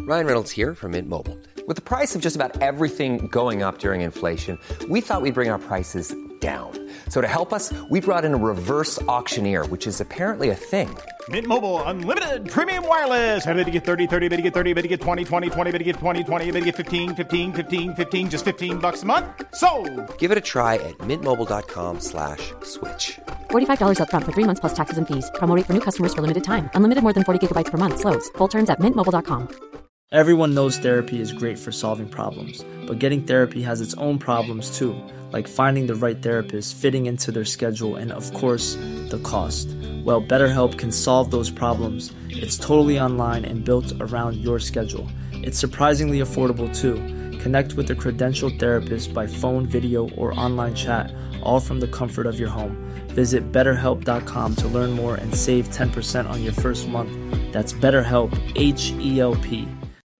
Ryan Reynolds here from Mint Mobile. With the price of just about everything going up during inflation, we thought we'd bring our prices down. So to help us, we brought in a reverse auctioneer, which is apparently a thing. Mint Mobile Unlimited Premium Wireless. How to get 30, 30, bit to get 30, bit to get 20, 20, 20, bit to get 20, 20, bit to get 15, 15, 15, 15, just $15 a month? Sold! Give it a try at mintmobile.com/switch. $45 up front for 3 months plus taxes and fees. Promo rate for new customers for limited time. Unlimited more than 40 gigabytes per month. Slows full terms at mintmobile.com. Everyone knows therapy is great for solving problems, but getting therapy has its own problems too, like finding the right therapist, fitting into their schedule, and of course, the cost. Well, BetterHelp can solve those problems. It's totally online and built around your schedule. It's surprisingly affordable too. Connect with a credentialed therapist by phone, video, or online chat, all from the comfort of your home. Visit BetterHelp.com to learn more and save 10% on your first month. That's BetterHelp, H-E-L-P.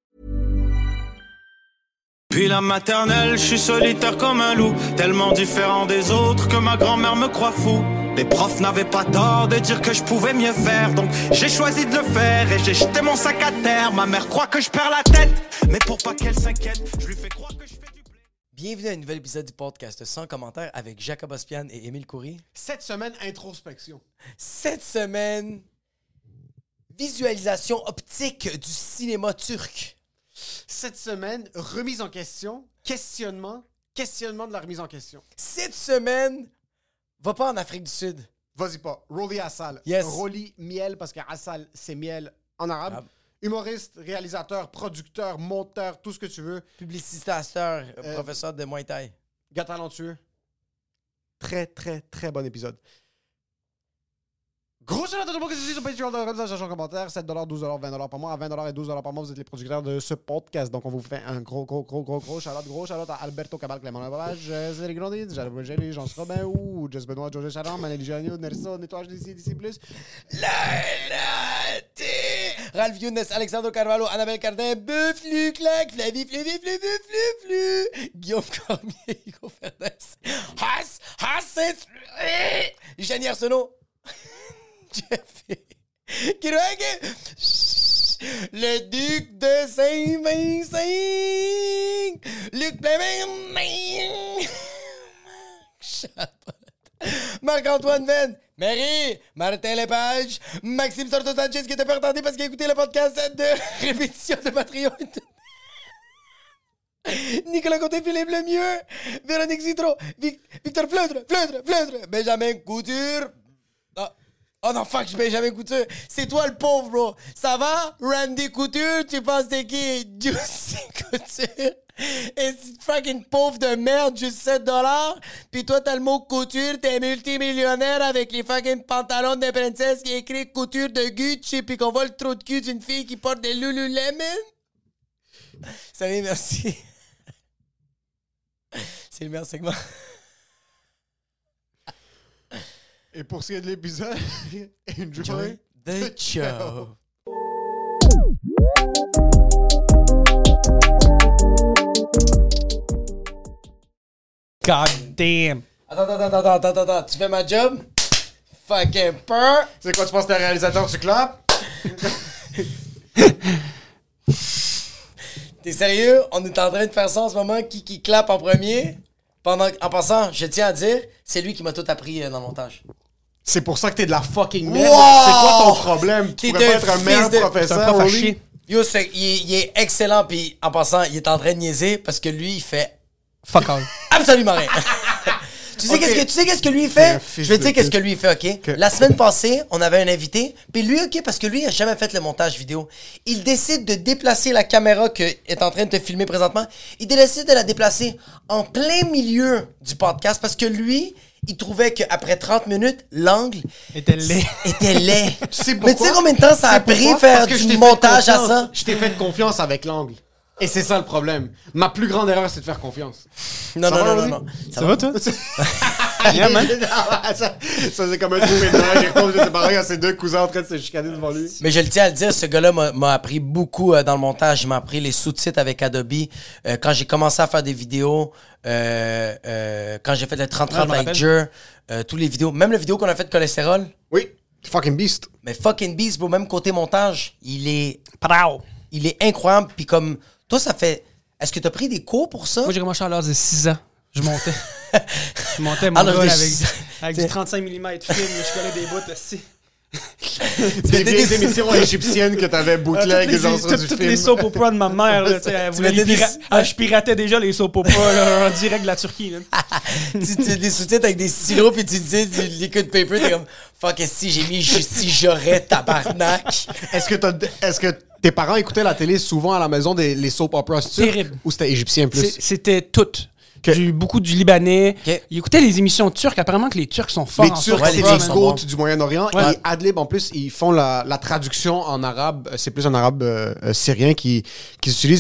Puis la maternelle, je suis solitaire comme un loup, tellement différent des autres que ma grand-mère me croit fou. Les profs n'avaient pas tort de dire que je pouvais mieux faire, donc j'ai choisi de le faire et j'ai jeté mon sac à terre. Ma mère croit que je perds la tête, mais pour pas qu'elle s'inquiète, je lui fais croire que je fais du blé. Bienvenue à un nouvel épisode du podcast sans commentaire avec Jacob Ospian et Émile Coury. Cette semaine, introspection. Cette semaine, visualisation optique du cinéma turc. Cette semaine, remise en question, questionnement de la remise en question. Cette semaine, va pas en Afrique du Sud. Vas-y pas. Roli Assal. Yes. Roli miel, parce que Assal, c'est miel en arabe. Humoriste, réalisateur, producteur, monteur, tout ce que tu veux. Publicitateur, professeur de Muay Thai. Gars talentueux. Très, très, très bon épisode. Gros shout-out à tout le monde qui se suit sur Patreon, comme ça, cherchez en commentaire, 7$, 12$, 20$ par mois. À 20$ et 12$ par mois, vous êtes les producteurs de ce podcast. Donc, on vous fait un gros shout-out. Gros shout-out à Alberto Cabal, Clément Lavalage, Cédric Grandin, Jalou Gély, Jean Robin, ou Jess Benoît, José Charan, Manélie Gianio, Nelson, Nettoyage d'ici plus. Ralph Younes, Alexandre Carvalho, Annabelle Cardin, Bufflu, Clac, Flavie, Flu. Guillaume Cormier, Hugo Fernandez, Jenny Arsenault. Le duc de Saint-Vincent, Luc Plémin, Marc-Antoine Venn, Marie, Martin Lepage, Maxime Sorto-Sanchez qui était pas retardé parce qu'il a écouté le podcast de répétition de Patreon. Nicolas Côté-Philippe Lemieux, Véronique Zitro, Victor Fleutre, Benjamin Couture. Oh non, fuck, Benjamin Couture. C'est toi le pauvre, bro. Ça va? Randy Couture, tu penses t'es qui? Juicy Couture. Et c'est fucking pauvre de merde, juste 7$. Puis toi, t'as le mot couture, t'es multimillionnaire avec les fucking pantalons de princesse qui est écrit couture de Gucci, puis qu'on voit le trou de cul d'une fille qui porte des Lululemon. Salut, merci. C'est le meilleur segment. Et pour ce qui est de l'épisode, enjoy the show. God damn. Attends. Tu fais ma job? Fucking peur. C'est quoi, tu penses que t'es un réalisateur, tu clapes? T'es sérieux? On est en train de faire ça en ce moment. Qui clappe en premier? En passant, je tiens à dire, c'est lui qui m'a tout appris dans le montage. C'est pour ça que t'es de la fucking merde. Wow! C'est quoi ton problème? Tu pourrais pas être un meilleur professeur. Yo, il est excellent, puis en passant, il est en train de niaiser parce que lui, il fait fuck all. Absolument rien. Tu sais qu'est-ce que lui il fait? Je vais te dire qu'est-ce que lui il fait, OK? La semaine passée, on avait un invité, puis lui, OK, parce que lui, il a jamais fait le montage vidéo. Il décide de déplacer la caméra qui est en train de te filmer présentement. Il décide de la déplacer en plein milieu du podcast parce que lui, il trouvait qu'après 30 minutes, l'angle était laid. Tu sais pourquoi? Mais tu sais combien de temps ça a pris faire du montage à ça? Je t'ai fait confiance avec l'angle. Et c'est ça le problème. Ma plus grande erreur, c'est de faire confiance. Non. Ça va, toi? Yeah, man. Ça c'est comme un trou ménage. J'étais pareil à ses deux cousins en train de se chicaner devant lui. Mais je le tiens à le dire, ce gars-là m'a appris beaucoup dans le montage. Il m'a appris les sous-titres avec Adobe. Quand j'ai commencé à faire des vidéos, quand j'ai fait le 30-30 avec Jer, tous les vidéos, même la vidéo qu'on a fait de cholestérol. Oui, fucking beast. Mais fucking beast, bro, même côté montage, il est... Il est incroyable. Puis comme, toi, ça fait... Est-ce que t'as pris des cours pour ça? Moi, j'ai commencé à l'âge de 6 ans. Je montais. Je montais mon Alors, rôle des- avec du 35 mm film. Je collais des bouts aussi. Des vieilles émissions égyptiennes que t'avais bootleg, genre sur du Toutes film. les soap operas de ma mère, là, tu sais, elle voulait mettais des- je piratais déjà les soap operas là, en direct de la Turquie. Là. Tu des sous-titres avec des stylos, puis tu dis du liquid paper, t'es comme, fuck, si j'ai mis si j'aurais tabarnak. Est-ce que tes parents écoutaient la télé souvent à la maison les soap operas turcs? Terrible. Ou c'était égyptien plus? C'était tout. Beaucoup du Libanais. Ok. Ils écoutaient les émissions turques. Apparemment que les Turcs sont forts Les en Turcs, soap c'est opera, des man. côtes du Moyen-Orient. Ouais. Et Adlib, en plus, ils font la traduction en arabe. C'est plus un arabe syrien qu'ils utilisent.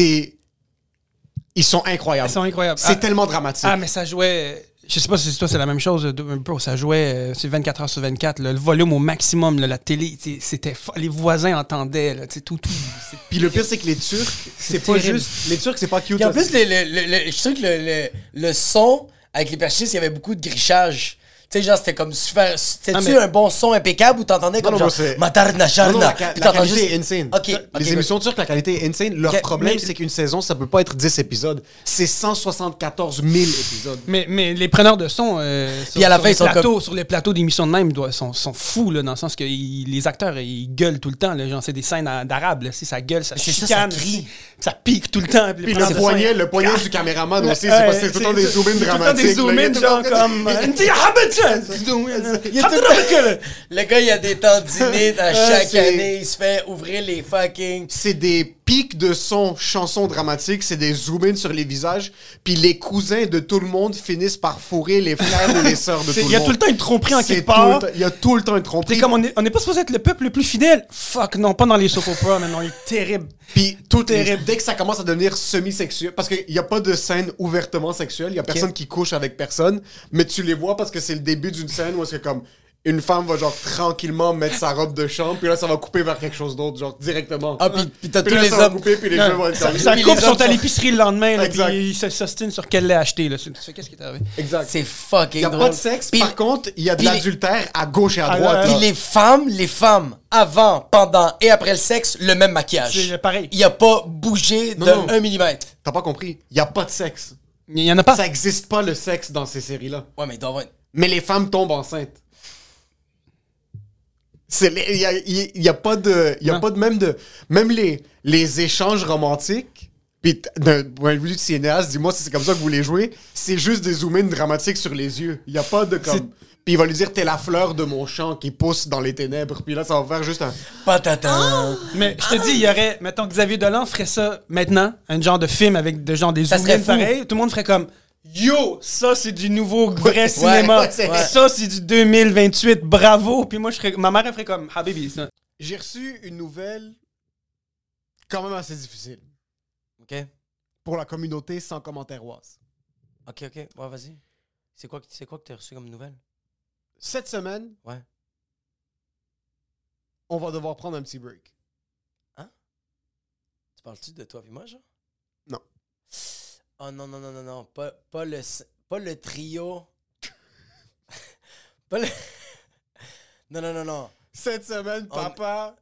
Ils sont incroyables. Ils sont incroyables. C'est Ah. tellement dramatique. Ah, mais ça jouait... Je sais pas si toi, c'est la même chose. Bro, ça jouait c'est 24 heures sur 24. Là, le volume au maximum. Là, la télé, c'était... Les voisins entendaient. Là, tout. Puis le pire, c'est que les Turcs, c'est pas terrible. juste... Les Turcs, c'est pas cute. Puis en plus, je trouve que le son, avec les perchistes, il y avait beaucoup de grichage. Tu sais, genre, c'était comme super... C'était-tu un bon son impeccable ou t'entendais comme non, genre... c'est- Matarna, Non, Charna. la Puis qualité t'entends juste- est insane. Ok. Les émissions turques, la qualité est insane. Leur Ok, problème, mais- c'est qu'une saison, ça peut pas être 10 épisodes. C'est 174 000 épisodes. Mais les preneurs de son Puis à la fin, ils sont sur les plateaux d'émissions de même sont fous là, dans le sens que les acteurs ils gueulent tout le temps là, genre c'est des scènes d'arabe là, ça gueule, ça c'est ça, chicane, ça crie. ça pique tout le temps. Puis le poignet du caméraman aussi, c'est parce que c'est tout le temps des zoom-in Tout le temps dramatiques. des zoom-in genre comme Il y a tout le gars, il a des tendinites à chaque c'est- année. Il se fait ouvrir les fucking... C'est des pics de son, chansons dramatiques, c'est des zoom-in sur les visages, puis les cousins de tout le monde finissent par fourrer les frères ou les sœurs de tout le monde. Il y a tout le temps une tromperie en C'est quelque part. tout le temps- Il y a tout le temps une tromperie. C'est comme on est pas supposé être le peuple le plus fidèle. Fuck non, pas dans les soap operas, mais non, il est terrible. Puis dès que ça commence à devenir semi-sexuel, parce qu'il n'y a pas de scène ouvertement sexuelle, il n'y a personne qui couche avec personne, mais tu les vois parce que c'est le début d'une scène où est-ce que comme une femme va genre tranquillement mettre sa robe de chambre, puis là ça va couper vers quelque chose d'autre, genre directement. Ah, puis t'as Puis tous là, les ça va hommes... couper, puis les cheveux vont être comme... Ça Puis coupe, les sont hommes à sont- l'épicerie le lendemain, là, Exact. puis ils s'ostinent sur quel lait acheter. Là. Tu fais, qu'est-ce qui est arrivé? Exact. C'est fucking Il n'y a drôle. pas de sexe, Puis- par contre, il y a de puis les- l'adultère à gauche et à Ah, droite. Puis là. les femmes, avant, pendant et après le sexe, le même maquillage. C'est pareil. Il a pas bougé de Non. 1 millimètre. T'as pas compris? Il n'y a pas de sexe. Il y en a pas. Ça existe pas le sexe dans ces séries-là. Ouais, mais il doit avoir... Mais les femmes tombent enceintes. Il y a pas de... Il y a Non. pas de... Même les échanges romantiques, puis d'un point de vue du cinéaste, dis-moi si c'est comme ça que vous les jouez, c'est juste des zoom-in dramatiques sur les yeux. Il y a pas de comme... Puis il va lui dire, t'es la fleur de mon champ qui pousse dans les ténèbres. Puis là, ça va faire juste un... Patata. Mais je te dis, il y aurait, mettons, Xavier Dolan ferait ça maintenant, un genre de film avec des Ça serait zoom-in fou. pareil, tout le monde ferait comme yo, ça c'est du nouveau vrai cinéma. ouais, c'est vrai. Ça c'est du 2028, bravo. Puis moi, ma mère elle ferait comme Habibi. Ça. J'ai reçu une nouvelle quand même assez difficile OK. pour la communauté sans commentaire-oise. OK. Ouais, vas-y. C'est quoi que t'as reçu comme nouvelle? Cette semaine, Ouais. on va devoir prendre un petit break. Tu parles-tu de toi puis moi, genre? Non. Oh non. Pas le trio. Pas le... Non. Cette semaine, papa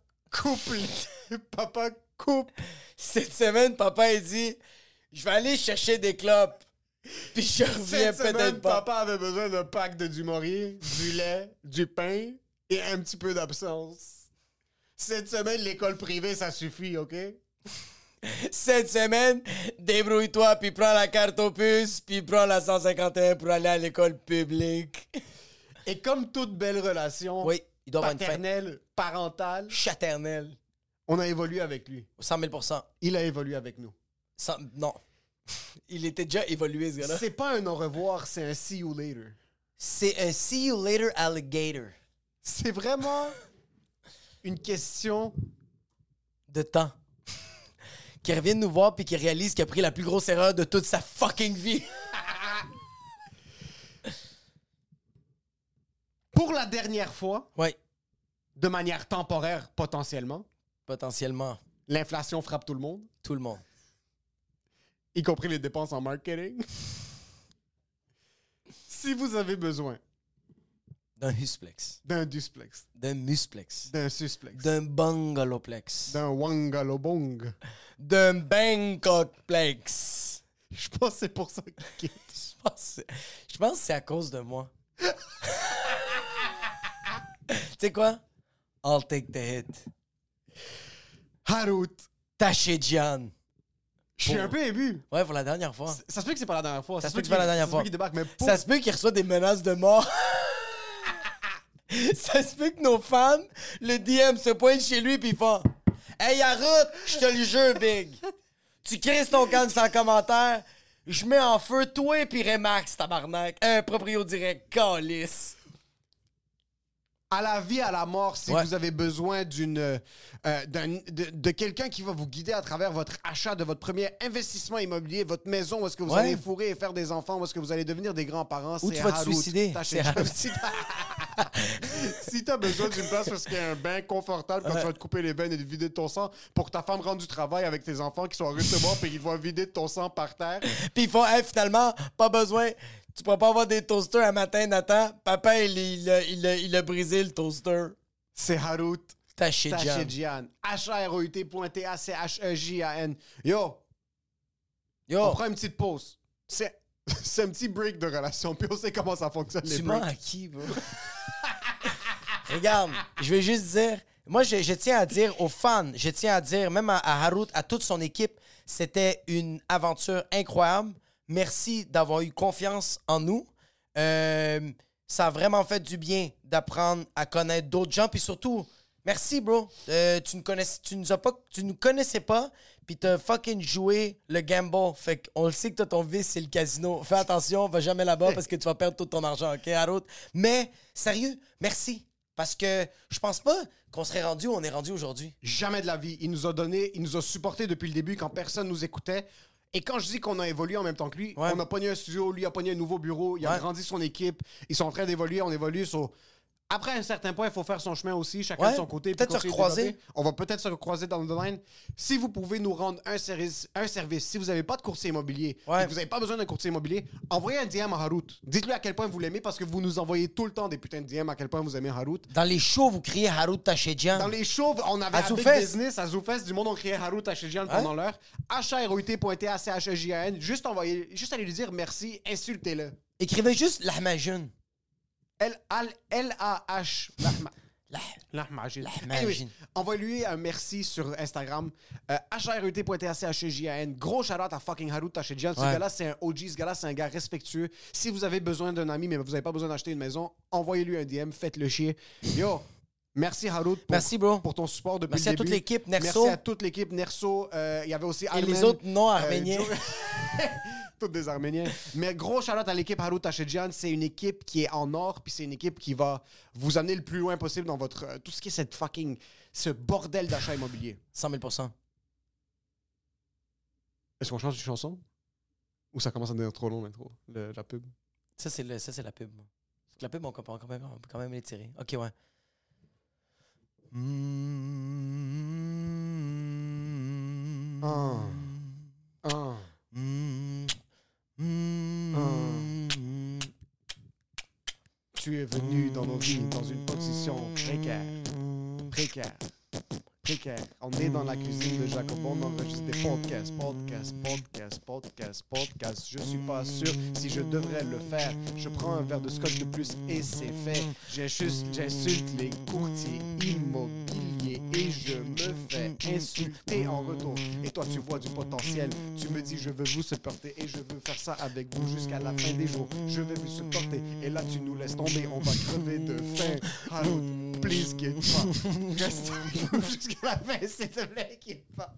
coupe. Cette semaine, papa, il dit, je vais aller chercher des clopes. Puis je reviens Cette semaine, peut-être pas. papa avait besoin d'un pack de Dumouriez, du lait, du pain et un petit peu d'absence. Cette semaine, l'école privée, ça suffit, OK? Cette semaine, débrouille-toi, puis prends la carte aux puces, puis prends la 151 pour aller à l'école publique. Et comme toute belle relation Oui, il doit avoir une fin. paternelle, parentale, Chaternelle. on a évolué avec lui. 100 000 Il a évolué avec nous. Non. Il était déjà évolué, ce gars-là. C'est pas un au revoir, c'est un see you later. C'est un see you later alligator. C'est vraiment une question. De temps. Qui revient de nous voir puis qui réalise qu'il a pris la plus grosse erreur de toute sa fucking vie. Pour la dernière fois, Ouais, de manière temporaire potentiellement, potentiellement, l'inflation frappe tout le monde, tout le monde. y compris les dépenses en marketing. Si vous avez besoin D'un husplex. D'un dusplex. D'un musplex. D'un susplex. D'un bungalowplex. D'un wangalobong. D'un bangkokplex. Je pense que c'est pour ça qu'il Je pense que c'est à cause de moi. Tu sais quoi? I'll take the hit. Harut. Tachedjian. Je suis un peu ému. Ouais, pour la dernière fois. Ça se peut que c'est pas la dernière fois. Ça se peut que c'est pas la dernière fois. Ça se peut qu'il débarque, mais pour... Ça se peut qu'il reçoit des menaces de mort. Ça se peut que nos fans, le DM se pointe chez lui pis ils font Hey, Harut, je te le jure, Big. Tu crises ton canne sans commentaire. Je mets en feu toi pis Remax, tabarnak. Un proprio direct, calice. À la vie, à la mort, si Ouais. vous avez besoin de quelqu'un qui va vous guider à travers votre achat de votre premier investissement immobilier, votre maison, où est-ce que vous Ouais. allez fourrer et faire des enfants, où est-ce que vous allez devenir des grands-parents, Où c'est tu vas te Harut. suicider. Tachez- C'est Harut. Si t'as besoin d'une place parce qu'il y a un bain confortable quand Ouais. tu vas te couper les veines et te vider de ton sang pour que ta femme rentre du travail avec tes enfants qui sont en rue de mort puis qu'ils vont vider de ton sang par terre. Pis ils font Hey, finalement, pas besoin. Tu pourras pas avoir des toasters un matin, Nathan. Papa, il a brisé le toaster. C'est Harut. Tachedjian. Tachedjian. H-A-R-O-U-T.T-A-C-H-E-J-A-N. Yo, Yo, on prend une petite pause. C'est un petit break de relation, puis on sait comment ça fonctionne, les tu mens breaks. à qui, bro? Regarde, je vais juste dire, moi, je tiens à dire aux fans, je tiens à dire, même à Harut, à toute son équipe, c'était une aventure incroyable. Merci d'avoir eu confiance en nous. Ça a vraiment fait du bien d'apprendre à connaître d'autres gens. Puis surtout, merci, bro. Tu nous connaissais pas, puis t'as fucking joué le gamble. Fait qu'on le sait que ton vice, c'est le casino. Fais attention, va jamais là-bas parce que tu vas perdre tout ton argent, OK, Harut? Mais, sérieux, merci. Parce que je pense pas qu'on serait rendu où on est rendu aujourd'hui. Jamais de la vie. Il nous a donné, il nous a supporté depuis le début quand personne nous écoutait. Et quand je dis qu'on a évolué en même temps que lui, Ouais. on a pogné un studio, lui a pogné un nouveau bureau, il a Ouais. grandi son équipe, ils sont en train d'évoluer, on évolue sur... Après un certain point, il faut faire son chemin aussi, chacun Ouais. de son côté. puis Peut-être se continuer de recroiser. développer. On va peut-être se recroiser dans le line. Si vous pouvez nous rendre un service, si vous n'avez pas de courtier immobilier, Ouais. et que vous n'avez pas besoin d'un courtier immobilier, envoyez un DM à Harut. Dites-lui à quel point vous l'aimez parce que vous nous envoyez tout le temps des putains de DM à quel point vous aimez Harut. Dans les shows, vous criez Harut Tachedjian. Dans les shows, on avait À à Big Zoufest. Business, à Zoufest, du monde, on criait Harut Tachedjian pendant l'heure. H-A-R-O-U-T.T-A-C-H-E-J-A-N. Juste envoyer, juste aller lui dire merci, insultez-le. Écrivez juste Lahmajun. L-A-H. Lahmajin. Lahmajin. Anyways, envoie-lui un merci sur Instagram. H-A-R-U-T.T-A-C-H-E-J-A-N. Gros shout-out à fucking Harut Tachedjian. Ce Ouais. gars-là, c'est un OG. Ce gars-là, c'est un gars respectueux. Si vous avez besoin d'un ami, mais vous n'avez pas besoin d'acheter une maison, envoyez-lui un DM, faites-le chier. Yo, merci Harut. Merci, bro. Pour ton support depuis Merci le à début. toute l'équipe, Nerso. Merci à toute l'équipe, Nerso. Il y avait aussi Et les autres non-arméniens. Toutes des Arméniens. Mais gros shout-out à l'équipe Harut Tachedjian. C'est une équipe qui est en or, puis c'est une équipe qui va vous amener le plus loin possible dans votre tout ce qui est ce bordel d'achat immobilier. 100 000 %. Est-ce qu'on change de chanson? Ou ça commence à devenir trop long, l'intro, la pub? Ça, c'est la pub. La pub, on peut quand même les tirer. OK, ouais. Tu es venu dans nos vies dans une position précaire. Précaire. On est dans la cuisine de Jacob. On enregistre des podcasts. Je suis pas sûr si je devrais le faire. Je prends un verre de scotch de plus et c'est fait. J'insulte les courtiers immobiliers et je me fais insulter en retour. Et toi, tu vois du potentiel. Tu me dis, je veux vous supporter et je veux faire ça avec vous jusqu'à la fin des jours. Je vais vous supporter. Et là, tu nous laisses tomber. On va crever de faim. Harut, please, quitte pas. Reste avec nous jusqu'à la fin, s'il te plaît, quitte pas.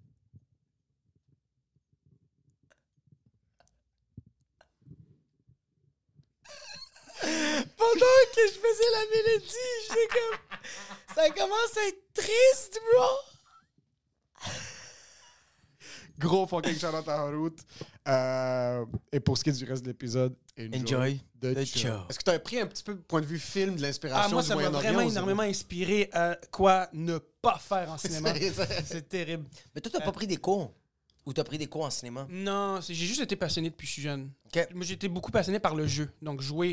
Pendant que je faisais la mélodie, j'étais comme... Ça commence à être triste, bro! Gros fucking shout-out à Harut. Et pour ce qui est du reste de l'épisode, Enjoy the show. Est-ce que tu as pris un petit peu de point de vue film de l'inspiration Moi, du ça m'a Moyen-Orient vraiment ou c'est énormément inspiré à quoi ne pas faire en cinéma. C'est terrible. Mais toi, t'as pas pris des cours? Ou t'as pris des cours en cinéma? Non, j'ai juste été passionné depuis que je suis jeune. OK. Moi, j'ai été beaucoup passionné par le jeu. Donc, jouer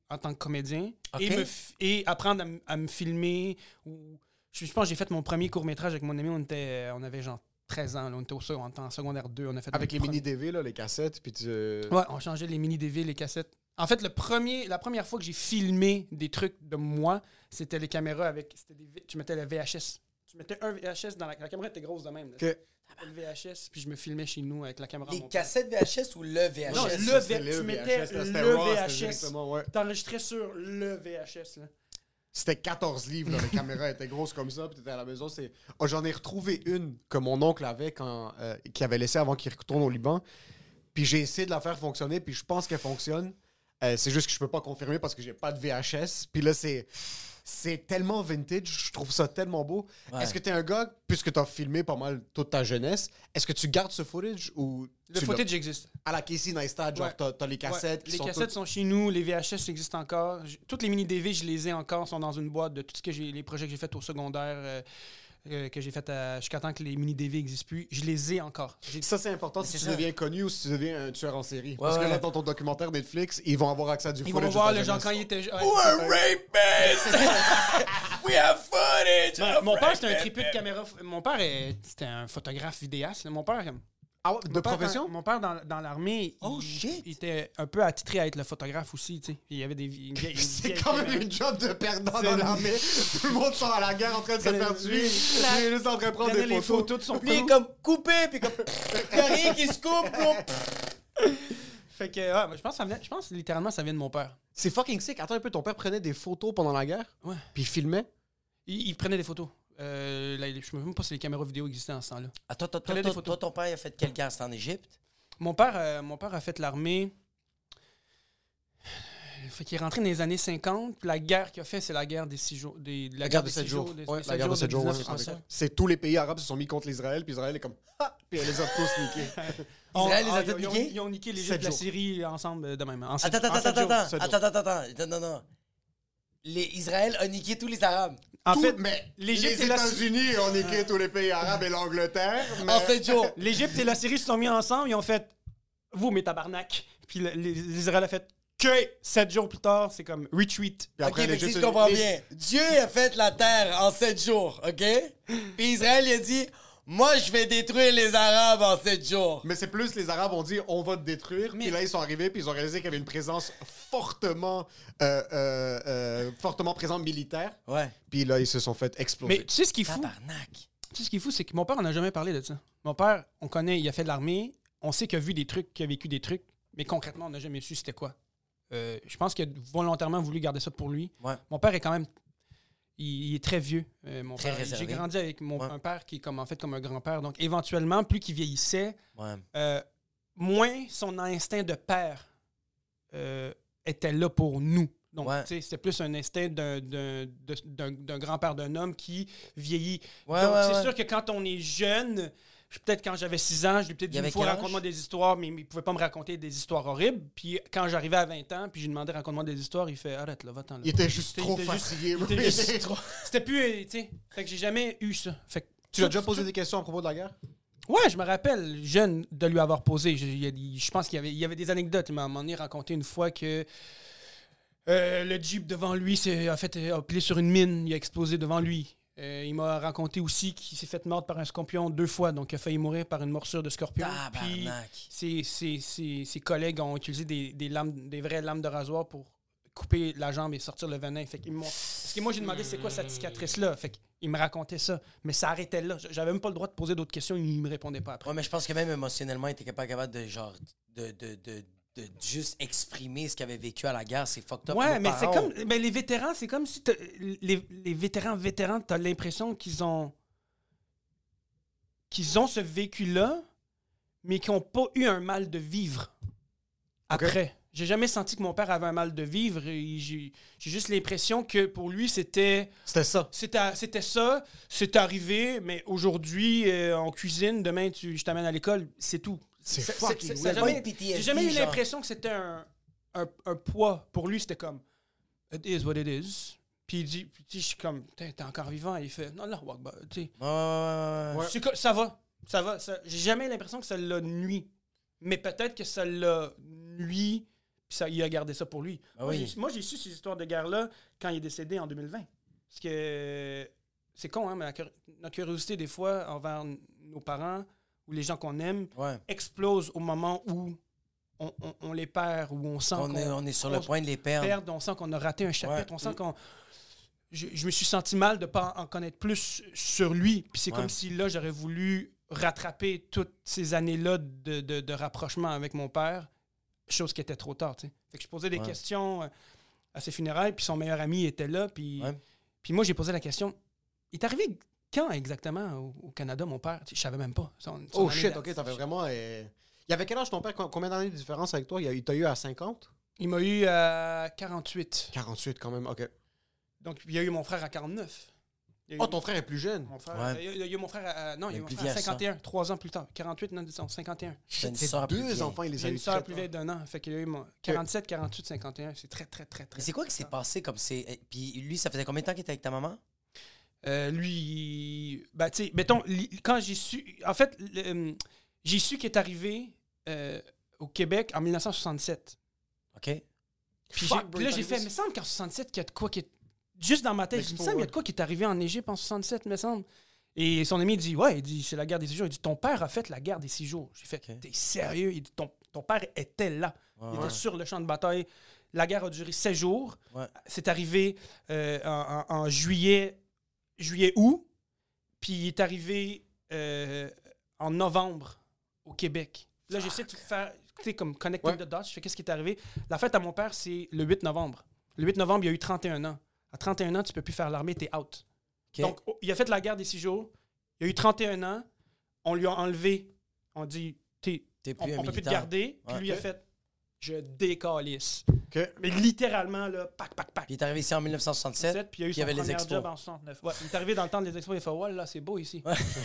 en tant que comédien Ok. et apprendre à me filmer. Je pense que j'ai fait mon premier court-métrage avec mon ami. On avait genre 13 ans. Là, on était en secondaire 2. On a fait Avec les notre mini-DV, là, les cassettes, puis tu... Ouais, on changeait les mini-DV, les cassettes. En fait, la première fois que j'ai filmé des trucs de moi, c'était les caméras avec... tu mettais le VHS. Tu mettais un VHS dans la caméra était grosse de même. Là. Ok. Le VHS, puis je me filmais chez nous avec la caméra. Les cassettes VHS ou le VHS? Non, tu mettais là, c'était le raw, c'était VHS. directement, ouais. T'enregistrais sur le VHS. Là. C'était 14 livres, là, la caméra était grosse comme ça, puis t'étais à la maison. J'en ai retrouvé une que mon oncle avait qu'il avait laissée avant qu'il retourne au Liban. Puis j'ai essayé de la faire fonctionner, puis je pense qu'elle fonctionne. C'est juste que je peux pas confirmer parce que j'ai pas de VHS. Puis là, c'est tellement vintage, je trouve ça tellement beau. Ouais. Est-ce que t'es un gars, puisque t'as filmé pas mal toute ta jeunesse, est-ce que tu gardes ce footage ou... Le footage existe. À la Casey Neistat, genre Ouais. t'as les cassettes qui Les sont cassettes toutes- sont chez nous, les VHS existent encore. Toutes les mini-DV, je les ai encore, sont dans une boîte de tout ce que les projets que j'ai fait au secondaire, que j'ai fait jusqu'à temps que les mini-DV n'existent plus. Je les ai encore. Ça, c'est important si c'est tu ça. deviens connu ou si tu deviens un tueur en série. Parce que ouais. là, dans ton documentaire Netflix, ils vont avoir accès à du Ils footage. vont de voir ta les gens jeunesse. quand ils étaient jeunes. We're rapists! We have footage! Mon of père, c'était un rape. tripeux de caméra. Mon père, c'était un photographe vidéaste. Mon père, Ah ouais, de mon père, profession? mon père, dans l'armée, Oh, shit! il était un peu attitré à être le photographe aussi. Tu sais. Il y avait C'est quand même une job de perdant dans l'armée. Tout le monde sort à la guerre en train de se faire tuer. Il est juste en train de prendre des les photos. photos de son Puis il est père. comme coupé, puis comme... Y'a rien qui se coupe, bro. Fait que, ouais, je pense littéralement ça vient de mon père. C'est fucking sick. Attends un peu, ton père prenait des photos pendant la guerre? Ouais. Puis il filmait? Il prenait des photos. Je ne sais même pas si les caméras vidéo existaient en ce temps-là. Attends, Prenez des photos. toi, ton père, il a fait quelle guerre? C'était en Égypte? Mon père a fait l'armée. Fait qu'il est rentré dans les années 50. Puis la guerre qu'il a fait, c'est la guerre des 6 jours. La guerre de 7 jours. Ouais, la guerre de 7 jours. ouais. 1967. C'est tous les pays arabes se sont mis contre l'Israël, puis Israël est comme ah! Puis elle les a tous niqués. Israël les a tous ils ont- niqués? Ils ont niqué l'Égypte 7 et la jours. Syrie ensemble de même. Attends. Israël a niqué tous les Arabes. Mais l'Égypte les et la États-Unis ont niqué tous les pays arabes et l'Angleterre. Mais... En 7 jours. L'Égypte et la Syrie se sont mis ensemble. Ils ont fait vous, mes tabarnak. Puis l'Israël a fait que 7 jours plus tard, c'est comme retreat. Puis après, Ok, fait que si l'Égypte- je comprends bien, Dieu a fait la terre en 7 jours, ok? Puis Israël, il a dit, moi, je vais détruire les Arabes en 7 jours. Mais c'est plus les Arabes ont dit on va te détruire. Mais- Puis là, ils sont arrivés, puis ils ont réalisé qu'il y avait une présence fortement présente militaire. Ouais. Puis là, ils se sont fait exploser. Mais tu sais ce qui est fou? Tabarnak. Tu sais ce qui est fou, c'est que mon père, on n'a jamais parlé de ça. Mon père, on connaît, il a fait de l'armée, on sait qu'il a vu des trucs, qu'il a vécu des trucs, mais concrètement, on n'a jamais su c'était quoi. Je pense qu'il a volontairement voulu garder ça pour lui. Ouais. Mon père est quand même... Il est très vieux. Mon Très père. réservé. J'ai grandi avec Ouais. un père qui est comme, en fait comme un grand-père. Donc, éventuellement, plus qu'il vieillissait, Ouais. moins son instinct de père était là pour nous. Donc, Ouais. tu sais, c'était plus un instinct d'un grand-père d'un homme qui vieillit. Ouais, Donc, ouais, c'est ouais. sûr que quand on est jeune, peut-être quand j'avais 6 ans, je lui ai peut-être Il dit avait une fois, quel âge? raconte-moi des histoires, mais il ne pouvait pas me raconter des histoires horribles. Puis quand j'arrivais à 20 ans, puis j'ai demandé raconte-moi des histoires, il fait arrête là, va-t'en là. Il était juste Il trop était juste- fatigué. il était juste trop- C'était plus, tu sais. Fait que j'ai jamais eu ça. Fait que Tu l'as déjà posé des questions à propos de la guerre? Ouais, je me rappelle, jeune, de lui avoir posé. Je pense qu'il y avait des anecdotes. Il m'a à un moment donné raconté une fois que le Jeep devant lui a pilé sur une mine, il a explosé devant lui. Il m'a raconté aussi qu'il s'est fait mordre par un scorpion 2 fois, donc il a failli mourir par une morsure de scorpion. Puis Tabarnak. ses collègues ont utilisé des vraies lames de rasoir pour couper la jambe et sortir le venin. Fait qu'ils m'ont... Parce que moi, j'ai demandé c'est quoi cette cicatrice-là. Fait qu'il me racontait ça. Mais ça arrêtait là. J'avais même pas le droit de poser d'autres questions. Il me répondait pas après. Ouais, mais je pense que même émotionnellement, il était pas capable de, genre, de juste exprimer ce qu'il avait vécu à la guerre. C'est fucked up. Ouais, Nos mais c'est parents comme... Mais les vétérans, c'est comme si... Les vétérans, t'as l'impression qu'ils ont ce vécu-là, mais qui n'ont pas eu un mal de vivre après. J'ai jamais senti que mon père avait un mal de vivre. Et j'ai juste l'impression que pour lui, c'était ça. C'était ça, c'est arrivé, mais aujourd'hui, on cuisine, demain, je t'amène à l'école, c'est tout. C'est Ça- fucking ça- ça- weird. jamais- Pas une PTSD, J'ai jamais eu genre. l'impression que c'était un poids. Pour lui, c'était comme it is what it is. Puis il dit, puis je suis comme, t'es encore vivant. Et il fait, non, tu sais. Ouais. C'est ça va. J'ai jamais l'impression que ça l'a nuit. Mais peut-être que ça l'a nuit Puis ça, il a gardé ça pour lui. Ah oui. Moi, j'ai su ces histoires de guerre-là quand il est décédé en 2020. Parce que c'est con, hein, mais notre curiosité, des fois, envers nos parents ou les gens qu'on aime, explose au moment où on les perd, où on sent on est sur le point de les perdre. On sent qu'on a raté un chapitre, on sent qu'on... Je me suis senti mal de ne pas en connaître plus sur lui. Puis c'est comme si là, j'aurais voulu rattraper toutes ces années-là de rapprochement avec mon père, chose qui était trop tard. T'sais. Fait que je posais des questions à ses funérailles, puis son meilleur ami était là. Puis moi, j'ai posé la question, il est arrivé quand exactement au Canada, mon père? Je savais même pas. Oh shit, OK, t'avais vraiment... Il y avait quel âge ton père? Combien d'années de différence avec toi? Il t'a eu à 50? Il m'a eu à 48. 48 quand même, OK. Donc, il y a eu mon frère à 49. Ton frère est plus jeune. Mon frère, il y a eu mon frère à... Non, il y a eu mon frère à 51, 3 ans plus tard. 48, non, disons, 51. C'est deux enfants, il les a eu. Une soeur plus vieille d'un an. Fait qu'il y a eu 47, 48, 51. C'est très, très, très, très... Mais c'est quoi qui s'est passé comme c'est... Puis lui, ça faisait combien de temps qu'il était avec ta maman? Lui... Ben, tu sais, mettons, quand j'ai su... En fait, j'ai su qu'il est arrivé au Québec en 1967. OK. Puis là, j'ai fait... Il me semble qu'en 67, qu'il y a de quoi qui est... Juste dans ma tête, il me semble qu'il y a de quoi qui est arrivé en Égypte en 67, me semble. Et son ami dit, il dit, c'est la guerre des 6 jours. Il dit, ton père a fait la guerre des 6 jours. J'ai fait, t'es sérieux? Il dit, ton père était là. Il était sur le champ de bataille. La guerre a duré 16 jours. C'est arrivé en juillet-août. Puis il est arrivé en novembre au Québec. Là, j'essaie de faire, tu sais, comme connecting the dots. Je fais, qu'est-ce qui est arrivé? La fête à mon père, c'est le 8 novembre. Le 8 novembre, il a eu 31 ans. À 31 ans, tu peux plus faire l'armée, t'es out. Okay. Donc, il a fait la guerre des 6 jours. Il a eu 31 ans. On lui a enlevé. On dit, on peut plus te garder. Puis lui, il a fait, je décalisse. Okay. Mais littéralement, là, pac. Puis il est arrivé ici en 1967. Puis il a eu son premier job en 69. Il est arrivé dans le temps des expos. Il a fait, là, c'est beau ici.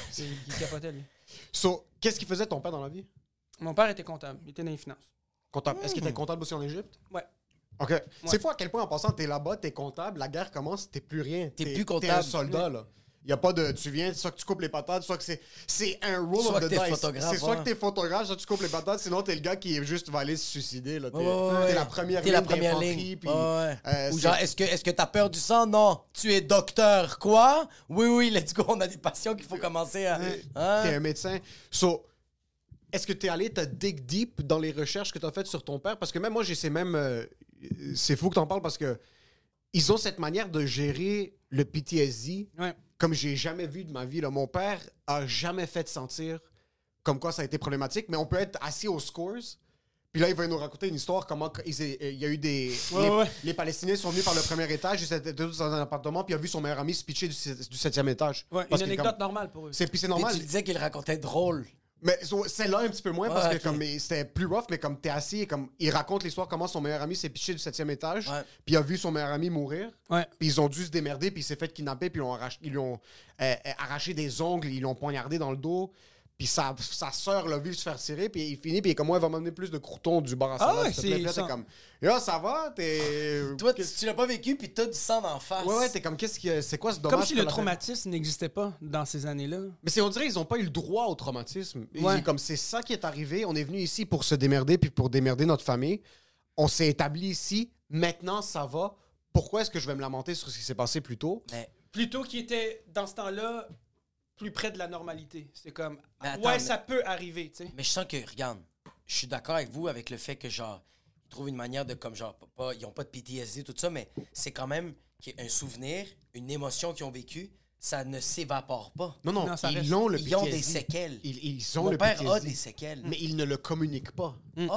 Il capotait, lui. So, qu'est-ce qu'il faisait ton père dans la vie? Mon père était comptable. Il était dans les finances. Comptable. Est-ce qu'il était comptable aussi en Égypte? Ouais. OK. Ouais. C'est fou à quel point, en passant, t'es là-bas, t'es comptable, la guerre commence, t'es plus rien. T'es plus comptable. T'es un soldat, là. Il n'y a pas de... Tu viens, soit que tu coupes les patates, soit que c'est un roll of the dice. C'est soit que t'es photographe, soit que tu coupes les patates, sinon t'es le gars qui juste va aller se suicider, là. T'es la première ligne. Puis, ou genre, est-ce que t'as peur du sang? Non. Tu es docteur. Quoi? Oui, let's go. On a des patients qu'il faut commencer à... T'es un médecin. So... Est-ce que tu es allé te dig deep dans les recherches que tu as faites sur ton père? Parce que même moi, j'essaie même... c'est fou que tu en parles parce que ils ont cette manière de gérer le PTSD comme j'ai jamais vu de ma vie. Là. Mon père a jamais fait sentir comme quoi ça a été problématique, mais on peut être assis aux scores, puis là, il va nous raconter une histoire, comment il y a eu des... Les Palestiniens sont venus par le premier étage, ils étaient tous dans un appartement, puis il a vu son meilleur ami se pitcher du 7e étage. Ouais, une anecdote normale pour eux. C'est normal. Et tu disais qu'il racontait drôle. Mais c'est là un petit peu moins parce que comme c'était plus rough, mais comme t'es assis et comme il raconte l'histoire comment son meilleur ami s'est pitché du 7e étage, puis il a vu son meilleur ami mourir, puis ils ont dû se démerder, puis il s'est fait kidnapper, puis ils lui ont arraché des ongles, ils l'ont poignardé dans le dos, puis sa sœur l'a vu se faire tirer, puis il finit, puis il est comme moi, il va m'amener plus de croutons du bar à salade. T'es comme, yo, ça va, toi, tu l'as pas vécu, puis t'as du sang d'en face. Ouais, t'es comme, c'est quoi ce dommage? Comme si le traumatisme n'existait pas dans ces années-là. Mais on dirait qu'ils ont pas eu le droit au traumatisme. Comme c'est ça qui est arrivé, on est venu ici pour se démerder, puis pour démerder notre famille. On s'est établi ici, maintenant ça va. Pourquoi est-ce que je vais me lamenter sur ce qui s'est passé plus tôt? Plutôt qu'il était, dans ce temps-là, plus près de la normalité. C'est comme, ça peut arriver, tu sais. Mais je sens que, regarde, je suis d'accord avec vous avec le fait que, genre, ils trouvent une manière de, comme, genre, ils n'ont pas de PTSD, tout ça, mais c'est quand même un souvenir, une émotion qu'ils ont vécue, ça ne s'évapore pas. Non, ils ont le PTSD. Ils ont des séquelles. Ils ont Mon le père PTSD. a des séquelles. Mais ils ne le communiquent pas.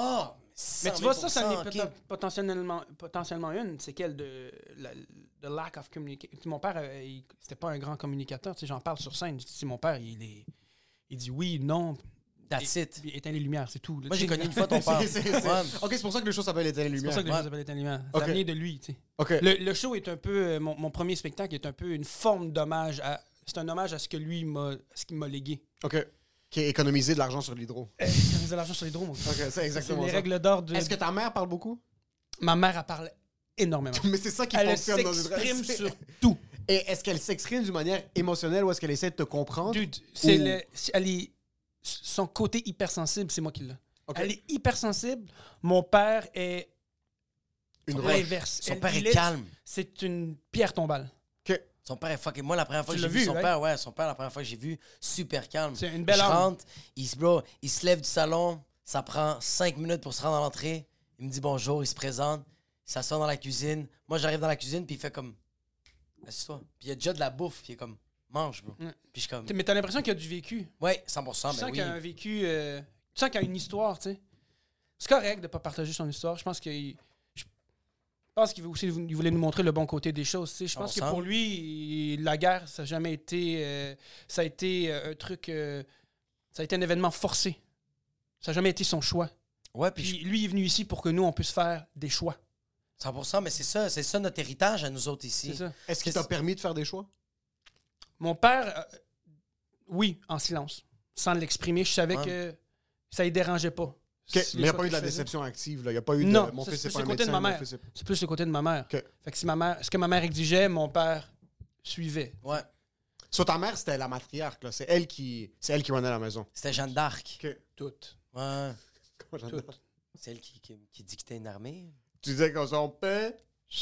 Mais tu vois, ça en est potentiellement une séquelle de lack of communication. Mon père, c'était pas un grand communicateur. Tu sais, j'en parle sur scène. Si mon père, il dit oui, non. That's it. Éteins les lumières, c'est tout. Moi, j'ai connu une fois ton père. OK, c'est pour ça que le show s'appelle Éteins les lumières. C'est pour ça que le show s'appelle Éteins les lumières. Ça vient de lui, tu sais. Okay. Le show est un peu... Mon premier spectacle est un peu une forme d'hommage à... C'est un hommage à ce que lui qu'il m'a légué. OK. Qui est économiser de l'argent sur l'hydro. Économiser de l'argent sur l'hydro, mon gars. OK, c'est exactement ça. Les règles d'or de... Est-ce que ta mère parle beaucoup? Ma mère, elle parle énormément. Mais c'est ça qui fonctionne dans une... Elle s'exprime sur tout. Et est-ce qu'elle s'exprime d'une manière émotionnelle ou est-ce qu'elle essaie de te comprendre? Dude, son côté hypersensible, c'est moi qui l'ai. Okay. Elle est hypersensible. Mon père est L'inverse. Son père est Il calme. C'est une pierre tombale. Son père est fucking... Moi, la première fois Tu que j'ai l'as vu vu, son right? père, son père, la première fois que j'ai vu, super calme. C'est une belle Je âme. rentre, il se lève du salon, ça prend 5 minutes pour se rendre à l'entrée. Il me dit bonjour, il se présente, il s'assoit dans la cuisine. Moi, j'arrive dans la cuisine, puis il fait comme... Assieds-toi. Puis il y a déjà de la bouffe, puis il est comme... Mange, bro. Puis je suis comme... Mais t'as l'impression qu'il y a du vécu. Ouais, 100%, Tu sens ben qu'il y a un oui. vécu... tu sens qu'il y a une histoire, tu sais. C'est correct de pas partager son histoire. Je pense qu'il voulait nous montrer le bon côté des choses. Tu sais. Je pense que 100%. pour lui, la guerre, ça n'a jamais été... ça a été un truc... ça a été un événement forcé. Ça n'a jamais été son choix. Ouais, Puis lui, il est venu ici pour que nous, on puisse faire des choix. 100%, mais c'est ça notre héritage à nous autres ici. C'est ça. Est-ce qu'il t'a permis de faire des choix? Mon père, oui, en silence. Sans l'exprimer, je savais que ça ne dérangeait pas. Mais il n'y a pas eu de la déception active. Il n'y a pas eu de... Non, mon ça, fils, c'est c'est pas un plus le côté de médecin, ma mon mère. fils, c'est- C'est plus le côté de ma mère. OK. Fait que ce que ma mère exigeait, mon père suivait. Ouais. Sur ta mère, c'était la matriarque. Là. C'est elle qui runnait la maison. C'était Jeanne d'Arc. OK. Toutes. Ouais. Comment j'en ai- Toutes. C'est elle qui dictait une armée. Tu disais qu'on s'en paie.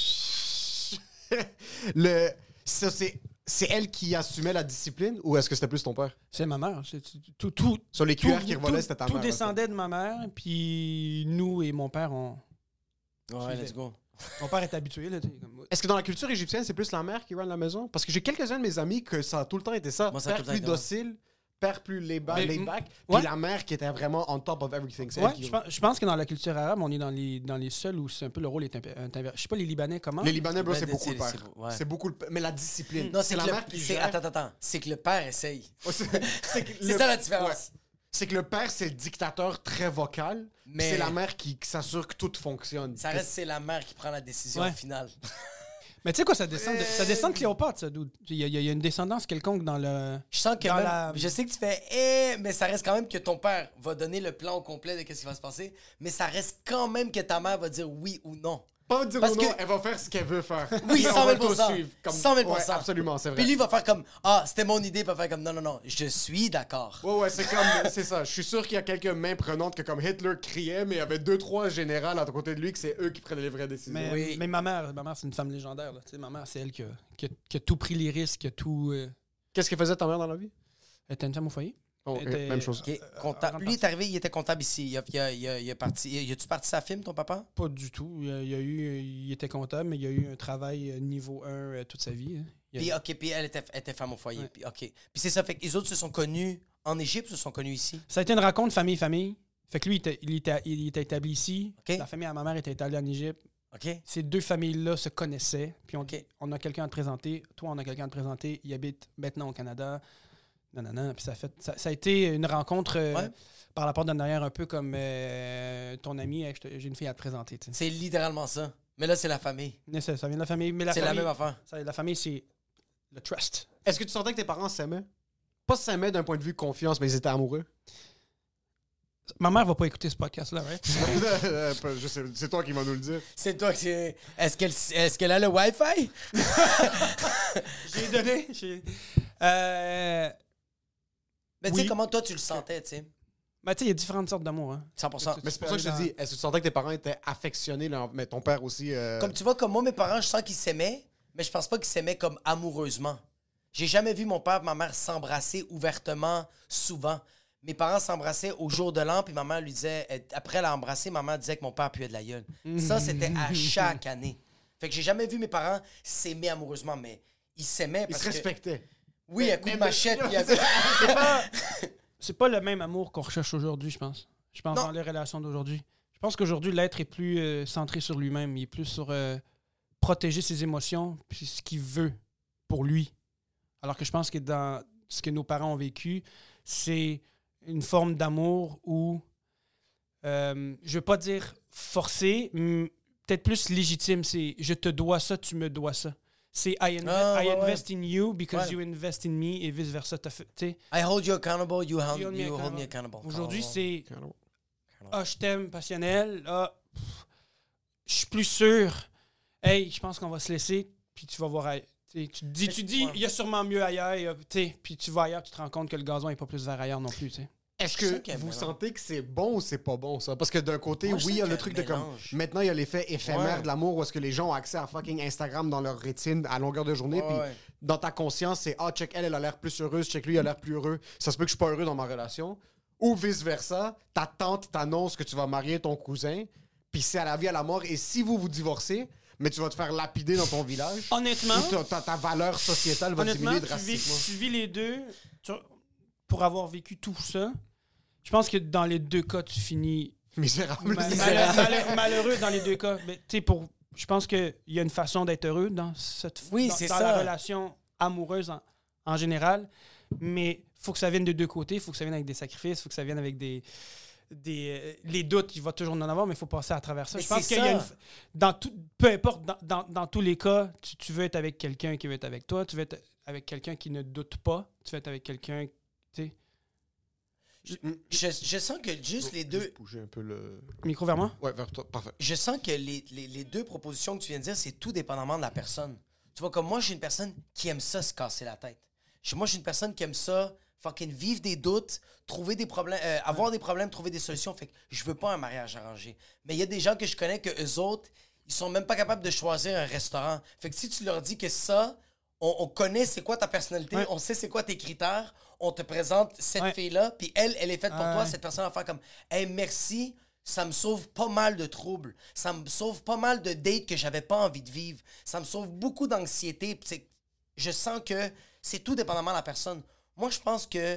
Ça, c'est elle qui assumait la discipline ou est-ce que c'était plus ton père? C'est ma mère. Tout, Sur les cuillères qui revolaient, c'était ta tout mère. descendait de ma mère, puis nous et mon père, Ouais, Suivait. let's go. mon père est habitué. Là, comme... Est-ce que dans la culture égyptienne, c'est plus la mère qui run la maison? Parce que j'ai quelques-uns de mes amis que ça a tout le temps été ça. Moi, ça a Père tout le temps plus été docile, père plus laid back, ouais. puis la mère qui était vraiment on top of everything. C'est Ouais, elle qui... je pense que dans la culture arabe, on est dans les seuls où c'est un peu le rôle est inversé. Je sais pas les Libanais comment. Les Libanais, bro, Ben, c'est beaucoup le c'est- père. ouais. C'est beaucoup le père. Mais la discipline. Non, c'est la que mère qui c'est- gère. Attends. C'est que le père essaye. Ouais, c'est que C'est le- ça la différence. Ouais. C'est que le père, c'est le dictateur très vocal. Mais- C'est la mère qui s'assure que tout fonctionne. Ça reste, c'est la mère qui prend la décision Ouais. finale. Mais tu sais quoi, ça descend de Cléopâtre, ça, dude. Il y a une descendance quelconque dans le... Je sens que Dans même- la- je sais que tu fais mais ça reste quand même que ton père va donner le plan au complet de qu'est-ce qui va se passer, mais ça reste quand même que ta mère va dire oui ou non. Pas dire Parce ou non, que- elle va faire ce qu'elle veut faire. Oui, Puis on 100 va 000 tout suivre. 100 000 Ouais, absolument, c'est vrai. Puis lui va faire comme c'était mon idée, puis il va faire comme non, je suis d'accord. Ouais, c'est comme, c'est ça. Je suis sûr qu'il y a quelques mains prenantes que comme Hitler criait, mais il y avait 2-3 générales à côté de lui que c'est eux qui prenaient les vraies décisions. Mais, Oui. mais ma mère, c'est une femme légendaire. Là. Tu sais, ma mère, c'est elle qui a tout pris les risques, qui a tout... Qu'est-ce qu'elle faisait ta mère dans la vie? Elle était une femme au foyer. Oh, Elle était- même chose. Ok, lui il est arrivé, il était comptable ici. Il est parti. Y a-tu parti sa film, ton papa? Pas du tout. Il était comptable, mais il y a eu un travail niveau 1 toute sa vie. Hein. Il y a- Puis elle était femme au foyer. Ouais. Puis, ok. Puis c'est ça, fait que les autres se sont connus en Égypte ou se sont connus ici? Ça a été une rencontre famille-famille. Fait que lui, il était établi ici. Ok. La famille à ma mère était établie en Égypte. OK? Ces deux familles-là se connaissaient. Puis Ok. on a quelqu'un à te présenter. Toi, on a quelqu'un à te présenter. Il habite maintenant au Canada. Non. Puis ça a été une rencontre Ouais. par la porte d'en arrière, un peu comme ton ami. Hey, j'ai une fille à te présenter. Tu sais. C'est littéralement ça. Mais là, c'est la famille. Mais ça vient de la famille. Mais C'est la même affaire. La famille, c'est le trust. Est-ce que tu sentais que tes parents s'aimaient? Pas s'aimaient d'un point de vue confiance, mais ils étaient amoureux? Ma mère va pas écouter ce podcast-là, right? Je sais, c'est toi qui vas nous le dire. C'est toi qui... Est-ce qu'elle a le Wi-Fi? J'ai donné. Mais tu sais, Oui. comment toi, tu le sentais, tu sais? Mais tu sais, il y a différentes sortes d'amour. Hein. 100%. Mais c'est pour ça que je te dis, est-ce que tu sentais que tes parents étaient affectionnés, là, mais ton père aussi... Comme tu vois, comme moi, mes parents, je sens qu'ils s'aimaient, mais je pense pas qu'ils s'aimaient comme amoureusement. J'ai jamais vu mon père et ma mère s'embrasser ouvertement souvent. Mes parents s'embrassaient au jour de l'an, puis ma mère lui disait... Après l'embrasser, ma mère disait que mon père puait de la gueule. Ça, c'était à chaque année. Fait que j'ai jamais vu mes parents s'aimer amoureusement, mais ils s'aimaient Ils parce se que... respectaient. Oui, à coup de Mais- machette, puis à coup- C'est pas le même amour qu'on recherche aujourd'hui, je pense. Je pense Non. dans les relations d'aujourd'hui. Je pense qu'aujourd'hui, l'être est plus centré sur lui-même. Il est plus sur protéger ses émotions puis ce qu'il veut pour lui. Alors que je pense que dans ce que nos parents ont vécu, c'est une forme d'amour où, je veux pas dire forcé, peut-être plus légitime. C'est je te dois ça, tu me dois ça. C'est I invest in you because Ouais. you invest in me et vice-versa. Tu sais, I hold you accountable, you hold me accountable. accountable. aujourd'hui, c'est Ah, je t'aime, passionnel. Je suis plus sûr. Hey, je pense qu'on va se laisser, puis tu vas voir ailleurs. Tu dis, il y a sûrement mieux ailleurs, puis tu vas ailleurs, tu te rends compte que le gazon n'est pas plus vert ailleurs non plus. T'sais. Est-ce Je sens que qu'il y a un vous mélange. sentez que c'est bon ou c'est pas bon, ça? Parce que d'un côté, Moi, je oui, il y sens a le qu'il truc y a de un comme... mélange. Maintenant, il y a l'effet éphémère Ouais. de l'amour où est-ce que les gens ont accès à fucking Instagram dans leur rétine à longueur de journée. Puis Ouais. dans ta conscience, c'est « Ah, check, elle a l'air plus heureuse. Check, lui, il a l'air plus heureux. Ça se peut que je suis pas heureux dans ma relation. » Ou vice-versa, ta tante t'annonce que tu vas marier ton cousin, puis c'est à la vie, à la mort. Et si vous divorcez, mais tu vas te faire lapider dans ton village, Honnêtement, ou ta valeur sociétale va honnêtement, diminuer tu drastiquement. vis les deux. Pour avoir vécu tout ça, je pense que dans les deux cas, tu finis Misérable. malheureux dans les deux cas. Mais tu sais, je pense qu'il y a une façon d'être heureux dans Oui, dans c'est la ça. relation amoureuse en général. Mais il faut que ça vienne de deux côtés. Il faut que ça vienne avec des sacrifices. Il faut que ça vienne avec des les doutes, il va toujours en avoir, mais il faut passer à travers ça. Mais Je pense c'est qu'il y a ça. peu importe, dans tous les cas, tu veux être avec quelqu'un qui veut être avec toi, tu veux être avec quelqu'un qui ne doute pas, tu veux être avec quelqu'un, tu sais. Je sens que juste les deux... Juste bouger un peu le... Micro vers moi? Ouais, vers toi. Parfait. Je sens que les deux propositions que tu viens de dire, c'est tout dépendamment de la personne. Tu vois, comme moi, je suis une personne qui aime ça se casser la tête. Moi, je suis une personne qui aime ça fucking vivre des doutes, trouver des problèmes, avoir des problèmes, trouver des solutions. Fait que je veux pas un mariage arrangé. Mais il y a des gens que je connais que eux autres, ils sont même pas capables de choisir un restaurant. Fait que si tu leur dis que ça, on connaît c'est quoi ta personnalité, Ouais. on sait c'est quoi tes critères, on te présente cette Ouais. fille-là, puis elle est faite pour toi, Ouais. cette personne va faire comme « Hey, merci », ça me sauve pas mal de troubles. Ça me sauve pas mal de dates que j'avais pas envie de vivre. Ça me sauve beaucoup d'anxiété. Je sens que c'est tout dépendamment de la personne. Moi, je pense que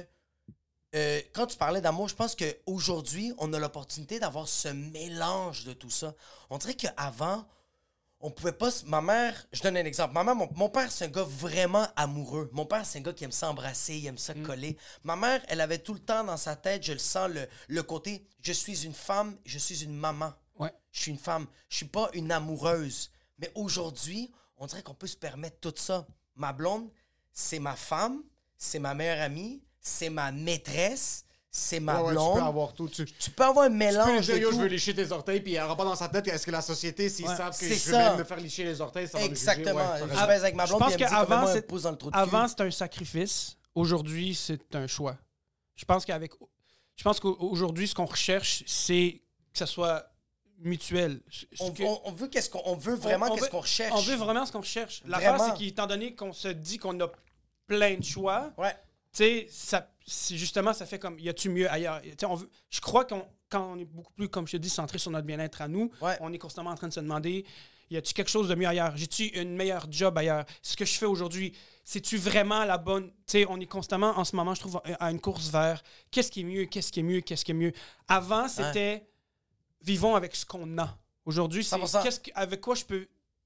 quand tu parlais d'amour, je pense qu'aujourd'hui, on a l'opportunité d'avoir ce mélange de tout ça. On dirait qu'avant, on pouvait pas... Ma mère, je donne un exemple. Ma mère, mon père, c'est un gars vraiment amoureux. Mon père, c'est un gars qui aime s'embrasser, il aime ça coller. Ma mère, elle avait tout le temps dans sa tête, je le sens, le côté « je suis une femme, je suis une maman ». Ouais. Je suis une femme. Je suis pas une amoureuse. Mais aujourd'hui, on dirait qu'on peut se permettre tout ça. Ma blonde, c'est ma femme, c'est ma meilleure amie, c'est ma maîtresse, c'est ma Ouais, blonde. tu peux avoir tout. Tu peux avoir un Tu peux mélange lui dire, de yo, tout. je veux lécher tes orteils, puis il n'y aura pas dans sa tête, est-ce que la société, s'ils Ouais. savent que C'est je ça. vais me faire lécher les orteils, ça va me juger. Exactement. Ouais, t'as Je raison. baise avec ma Je blonde, pense puis elle me dit qu'avant, comment elle me pousse dans le trou de cul. Avant, c'était un sacrifice. Aujourd'hui, c'est un choix. Je pense qu'aujourd'hui, ce qu'on recherche, c'est que ça soit mutuel. On veut qu'est-ce qu'on veut vraiment, qu'est-ce qu'on recherche. On veut vraiment ce qu'on recherche. L'affaire, Vraiment. c'est qu'étant donné qu'on se dit qu'on a plein de choix, Ouais. tu sais, justement, ça fait comme, y a-tu mieux ailleurs? Tu sais, je crois quand on est beaucoup plus, comme je te dis, centré sur notre bien-être à nous, Ouais. on est constamment en train de se demander, y a-tu quelque chose de mieux ailleurs? J'ai-tu une meilleure job ailleurs? Ce que je fais aujourd'hui, c'est-tu vraiment la bonne? Tu sais, on est constamment, en ce moment, je trouve, à une course vers qu'est-ce qui est mieux, qu'est-ce qui est mieux, qu'est-ce qui est mieux. Avant, c'était vivons avec ce qu'on a. Aujourd'hui, c'est 100%. avec quoi je peux...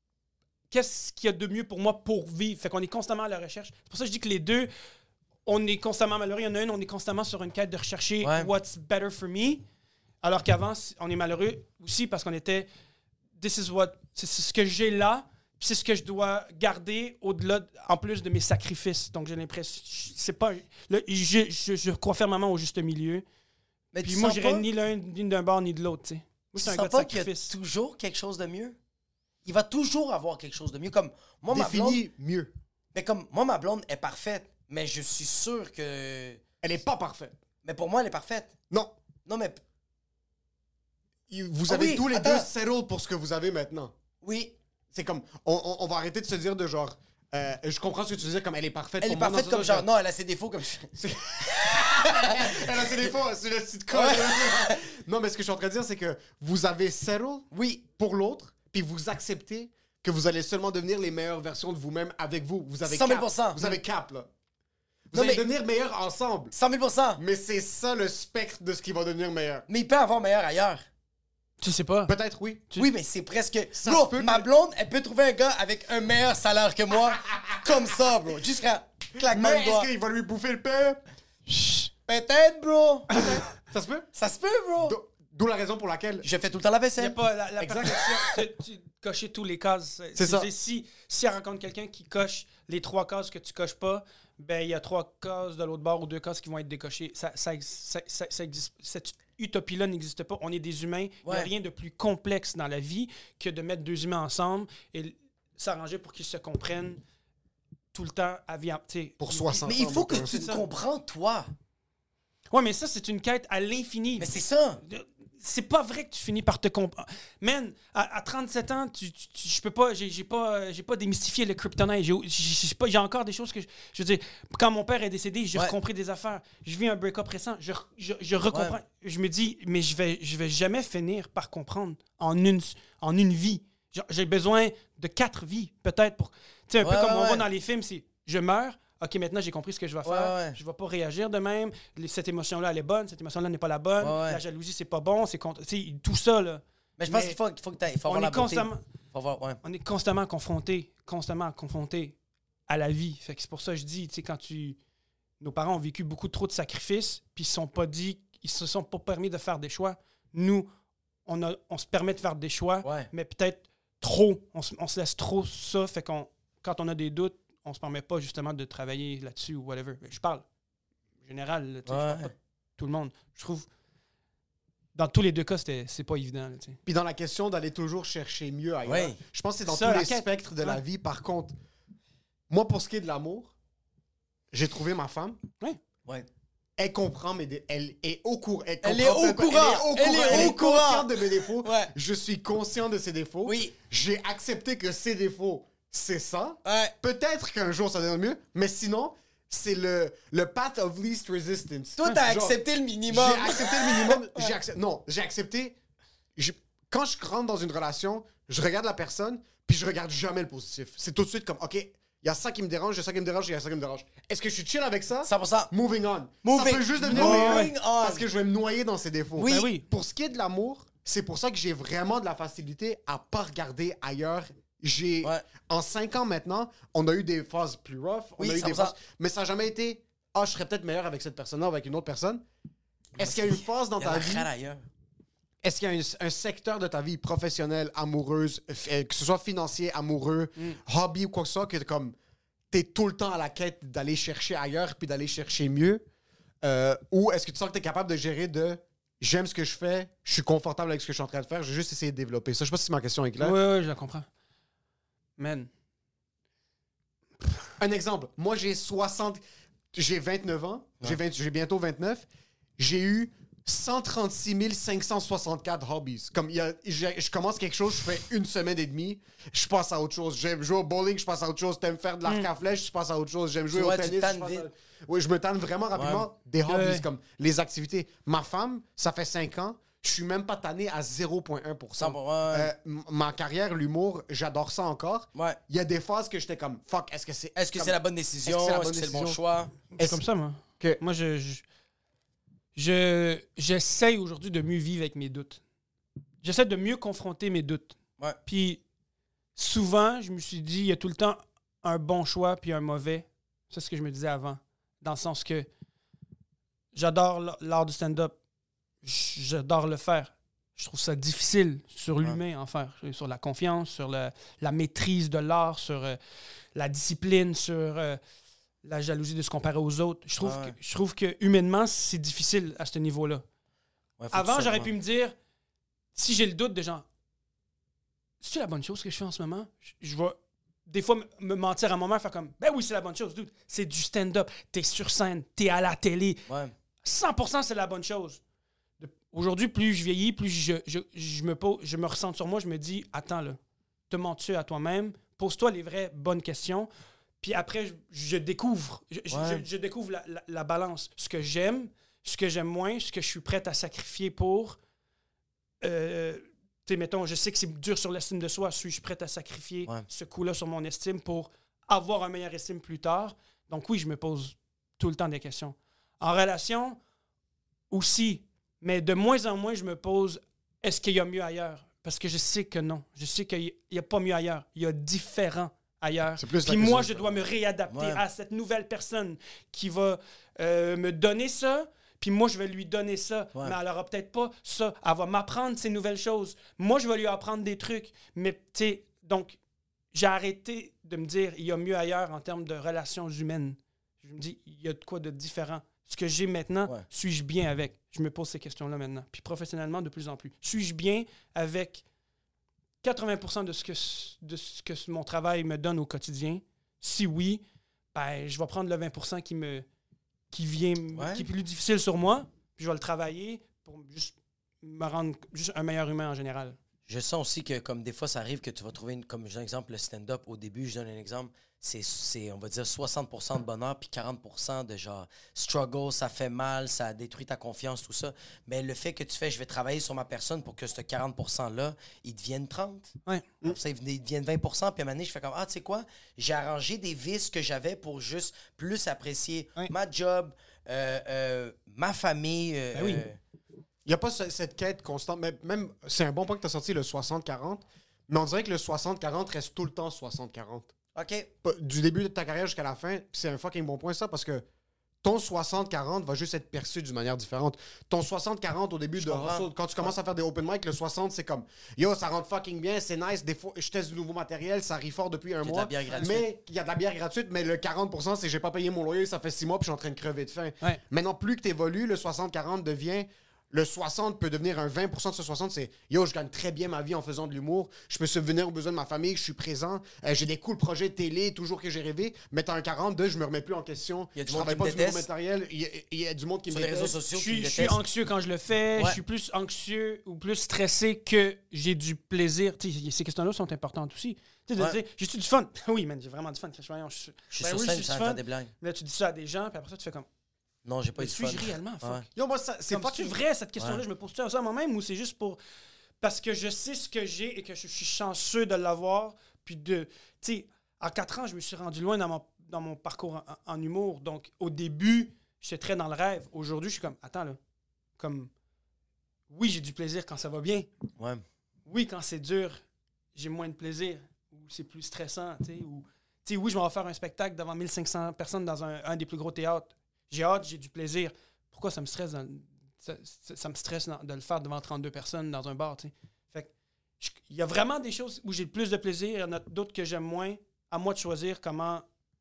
Qu'est-ce qu'il y a de mieux pour moi pour vivre? Fait qu'on est constamment à la recherche. C'est pour ça que je dis que les deux, on est constamment malheureux. Il y en a une, on est constamment sur une quête de rechercher what's better for me. Alors qu'avant, on est malheureux aussi parce qu'on était c'est ce que j'ai là, puis c'est ce que je dois garder au-delà, en plus de mes sacrifices. Donc j'ai l'impression, c'est pas... Là, je crois fermement au juste milieu. Mais Puis tu moi, sens j'irais pas- ni l'un ni d'un bord ni de l'autre, tu sais. Moi, Tu je suis un sens gars de pas qu'il y a sacrifice. toujours quelque chose de mieux? Il va toujours avoir quelque chose de mieux. Comme moi, ma blonde... Définis mieux. Mais comme moi, ma blonde est parfaite, mais je suis sûr que... Elle est pas parfaite. Mais pour moi, elle est parfaite. Non. Non, mais... Vous Ah avez oui, tous les attends. deux settle pour ce que vous avez maintenant. Oui. C'est comme, on va arrêter de se dire de genre, je comprends ce que tu veux dire, comme elle est parfaite. Elle est pour moi, parfaite non, comme ça, genre... Non, elle a ses défauts comme... Elle a ses défauts, c'est le petite conne. Non, mais ce que je suis en train de dire, c'est que vous avez settle Oui. pour l'autre, puis vous acceptez que vous allez seulement devenir les meilleures versions de vous-même avec vous. Vous avez 100 000 cap. Vous avez cap, là. Vous Non, allez mais- devenir meilleurs ensemble. 100 000 %. Mais c'est ça le spectre de ce qui va devenir meilleur. Mais il peut avoir meilleur ailleurs. Tu sais pas. Peut-être, oui. Oui, mais c'est presque... Ça Bro, se peut ma que- blonde, elle peut trouver un gars avec un meilleur salaire que moi. Comme ça, bro. Jusqu'à claquement Mais de doigts. est-ce qu'il va lui bouffer le pain? Peut-être, bro. Ça se peut? Ça se peut, bro. D'où la raison pour laquelle... Je fais tout le temps la Il n'y a vaisselle. pas la Exact. perfection. Tu coches tous les cases. C'est ça. Si elle rencontre quelqu'un qui coche les 3 cases que tu coches pas, ben il y a 3 cases de l'autre bord ou 2 cases qui vont être décochées. Ça existe. Cette utopie-là n'existe pas. On est des humains. Il n'y Ouais. a rien de plus complexe dans la vie que de mettre 2 humains ensemble et s'arranger pour qu'ils se comprennent tout le temps à vie. Pour 60 Mais il ans, faut que donc, tu c'est te ça. comprends, toi. Ouais, mais ça, c'est une quête à l'infini. Mais c'est ça. C'est pas vrai que tu finis par te comprendre. Man, à 37 ans, je peux pas, j'ai pas démystifié le kryptonite. J'ai encore des choses que je veux dire. Quand mon père est décédé, j'ai recompris des affaires. Je vis un break-up récent, je recomprends. Ouais. Je me dis, mais je vais jamais finir par comprendre en une vie. J'ai besoin de 4 vies, peut-être pour. Tu sais, un peu comme on voit dans les films, c'est je meurs. OK, maintenant, j'ai compris ce que je vais faire. Je ne vais pas réagir de même. Cette émotion-là, elle est bonne. Cette émotion-là n'est pas la bonne. La jalousie, c'est pas bon. Tout ça, là. Mais je pense qu'il faut que tu faut avoir la beauté. On est constamment confrontés à la vie. Fait que c'est pour ça que je dis, tu sais, quand nos parents ont vécu beaucoup trop de sacrifices, puis ils se sont pas permis de faire des choix. Nous, on se permet de faire des choix, mais peut-être trop. On se laisse trop ça. Fait quand on a des doutes, on se permet pas justement de travailler là-dessus ou whatever. Je parle en général, je parle pas de tout le monde. Je trouve, dans tous les deux cas, c'est pas évident. Là, puis dans la question d'aller toujours chercher mieux ailleurs, je pense que c'est dans tous les spectres de la vie. Par contre, moi, pour ce qui est de l'amour, j'ai trouvé ma femme. Elle comprend elle est au courant. Elle est au courant de mes défauts. Je suis conscient de ses défauts. J'ai accepté que ses défauts, c'est ça. Peut-être qu'un jour, ça devient mieux. Mais sinon, c'est le path of least resistance. Toi, t'as accepté le minimum. J'ai accepté le minimum. J'ai accepté... Quand je rentre dans une relation, je regarde la personne, puis je regarde jamais le positif. C'est tout de suite comme, OK, il y a ça qui me dérange, il y a ça qui me dérange, il y a ça qui me dérange. Est-ce que je suis chill avec ça? 100%. Moving on. Ça peut juste devenir meilleur parce que je vais me noyer dans ses défauts. Oui. Pour ce qui est de l'amour, c'est pour ça que j'ai vraiment de la facilité à pas regarder ailleurs. En 5 ans maintenant, on a eu des phases plus rough, on a eu des phases, mais ça n'a jamais été « Ah, je serais peut-être meilleur avec cette personne-là ou avec une autre personne. » Est-ce qu'il y a une phase dans ta vie... Est-ce qu'il y a un secteur de ta vie professionnelle, amoureuse, que ce soit financier, amoureux, hobby ou quoi que ce soit, que t'es tout le temps à la quête d'aller chercher ailleurs puis d'aller chercher mieux? Ou est-ce que tu sens que t'es capable de gérer j'aime ce que je fais, je suis confortable avec ce que je suis en train de faire, je vais juste essayer de développer ça. Je sais pas si ma question est claire. Oui, je la comprends. Man. Un exemple. Moi, j'ai 29 ans. J'ai bientôt 29. J'ai eu 136 564 hobbies. Comme je commence quelque chose, je fais 1 semaine et demie, je passe à autre chose. J'aime jouer au bowling, je passe à autre chose. T'aimes faire de l'arc à flèche, je passe à autre chose. J'aime jouer au tennis. Je me tanne vraiment rapidement des hobbies, comme les activités. Ma femme, ça fait 5 ans. Je suis même pas tanné à 0,1%. Ma carrière, l'humour, j'adore ça encore. Il y a des phases que j'étais comme, fuck, est-ce que c'est la bonne décision? Est-ce que c'est le bon choix? C'est comme ça, moi. Moi, j'essaye aujourd'hui de mieux vivre avec mes doutes. J'essaie de mieux confronter mes doutes. Puis souvent, je me suis dit, il y a tout le temps un bon choix puis un mauvais. C'est ce que je me disais avant. Dans le sens que j'adore l'art du stand-up. J'adore le faire. Je trouve ça difficile sur l'humain en faire. Sur la confiance, sur la maîtrise de l'art, sur la discipline, sur la jalousie de se comparer aux autres. Je trouve que humainement, c'est difficile à ce niveau-là. Avant, j'aurais pu me dire, si j'ai le doute de genre, c'est-tu la bonne chose que je fais en ce moment? Je vais des fois me mentir à moi-même, faire comme, ben oui, c'est la bonne chose, dude. C'est du stand-up. T'es sur scène, t'es à la télé. 100% c'est la bonne chose. Aujourd'hui, plus je vieillis, plus je me ressens sur moi, je me dis, attends là, te mens-tu à toi-même? Pose-toi les vraies bonnes questions. Puis après, je découvre. Je découvre la balance. Ce que j'aime moins, ce que je suis prêt à sacrifier pour. Tu sais, mettons, je sais que c'est dur sur l'estime de soi. Suis-je prêt à sacrifier ce coup-là sur mon estime pour avoir un meilleur estime plus tard? Donc oui, je me pose tout le temps des questions. En relation, aussi. Mais de moins en moins, je me pose, est-ce qu'il y a mieux ailleurs? Parce que je sais que non. Je sais qu'il n'y a pas mieux ailleurs. Il y a différent ailleurs. Puis moi, je dois me réadapter à cette nouvelle personne qui va me donner ça. Puis moi, je vais lui donner ça. Mais elle n'aura peut-être pas ça. Elle va m'apprendre ces nouvelles choses. Moi, je vais lui apprendre des trucs. Mais, tu sais, donc, j'ai arrêté de me dire, il y a mieux ailleurs en termes de relations humaines. Je me dis, il y a de quoi de différent. Ce que j'ai maintenant, suis-je bien avec? Je me pose ces questions-là maintenant. Puis professionnellement, de plus en plus. Suis-je bien avec 80% de ce que mon travail me donne au quotidien? Si oui, ben, je vais prendre le 20% qui me qui est plus difficile sur moi, puis je vais le travailler pour juste me rendre juste un meilleur humain en général. Je sens aussi que, comme des fois, ça arrive que tu vas trouver, comme je donne un exemple, le stand-up, au début, je donne un exemple, c'est on va dire, 60% de bonheur, puis 40% de genre struggle, ça fait mal, ça détruit ta confiance, tout ça. Mais le fait que tu fais, je vais travailler sur ma personne pour que ce 40%-là, il devienne 30. Ouais. Après ça, il devienne 20%, puis à un moment donné, je fais comme, tu sais quoi, j'ai arrangé des vices que j'avais pour juste plus apprécier ma job, ma famille. Oui. Il n'y a pas cette quête constante. Mais même, c'est un bon point que tu as sorti, le 60-40. Mais on dirait que le 60-40 reste tout le temps 60-40. OK. Du début de ta carrière jusqu'à la fin, c'est un fucking bon point, ça, parce que ton 60-40 va juste être perçu d'une manière différente. Ton 60-40 au début de hustle, quand tu commences à faire des open mic, le 60, c'est comme yo, ça rentre fucking bien, c'est nice. Des fois, je teste du nouveau matériel, ça rit fort depuis un mois. Mais il y a de la bière gratuite, mais le 40%, c'est que j'ai pas payé mon loyer, ça fait 6 mois, puis je suis en train de crever de faim. Ouais. Maintenant, plus que tu évolues, le 60-40 devient. Le 60 peut devenir un 20% de ce 60, c'est yo, je gagne très bien ma vie en faisant de l'humour, je peux subvenir aux besoins de ma famille, je suis présent, j'ai des cool projets de télé, toujours que j'ai rêvé. Mais t'as un 42, je me remets plus en question. Il y a du je monde travaille qui pas me du nouveau déteste. matériel, il y a du monde qui me Sur les réseaux déteste. sociaux, Je suis anxieux quand je le fais, je suis plus anxieux ou plus stressé que j'ai du plaisir. Tu sais, ces questions-là sont importantes aussi. Tu sais, de dire, j'ai-tu du fun? Oui, man, j'ai vraiment du fun. Je suis sur scène, ça faire des blagues. Mais là, tu dis ça à des gens, puis après ça, tu fais comme. Non, j'ai pas eu de fun. Suis-je réellement? Fuck. Yo, moi, ça, c'est C'est vrai, cette question-là, je me pose ça à moi-même ou c'est juste pour. Parce que je sais ce que j'ai et que je suis chanceux de l'avoir. Puis de. Tu sais, à 4 ans, je me suis rendu loin dans mon parcours en humour. Donc, au début, j'étais très dans le rêve. Aujourd'hui, je suis comme, attends, là. Comme. Oui, j'ai du plaisir quand ça va bien. Ouais. Oui, quand c'est dur, j'ai moins de plaisir. Ou c'est plus stressant, tu sais. Ou. Tu sais, oui, je vais faire un spectacle devant 1500 personnes dans un des plus gros théâtres. J'ai hâte, j'ai du plaisir. Pourquoi ça me stresse ça me stresse de le faire devant 32 personnes dans un bar, tu sais. Fait que il y a vraiment des choses où j'ai plus de plaisir, il y en a d'autres que j'aime moins. À moi de choisir comment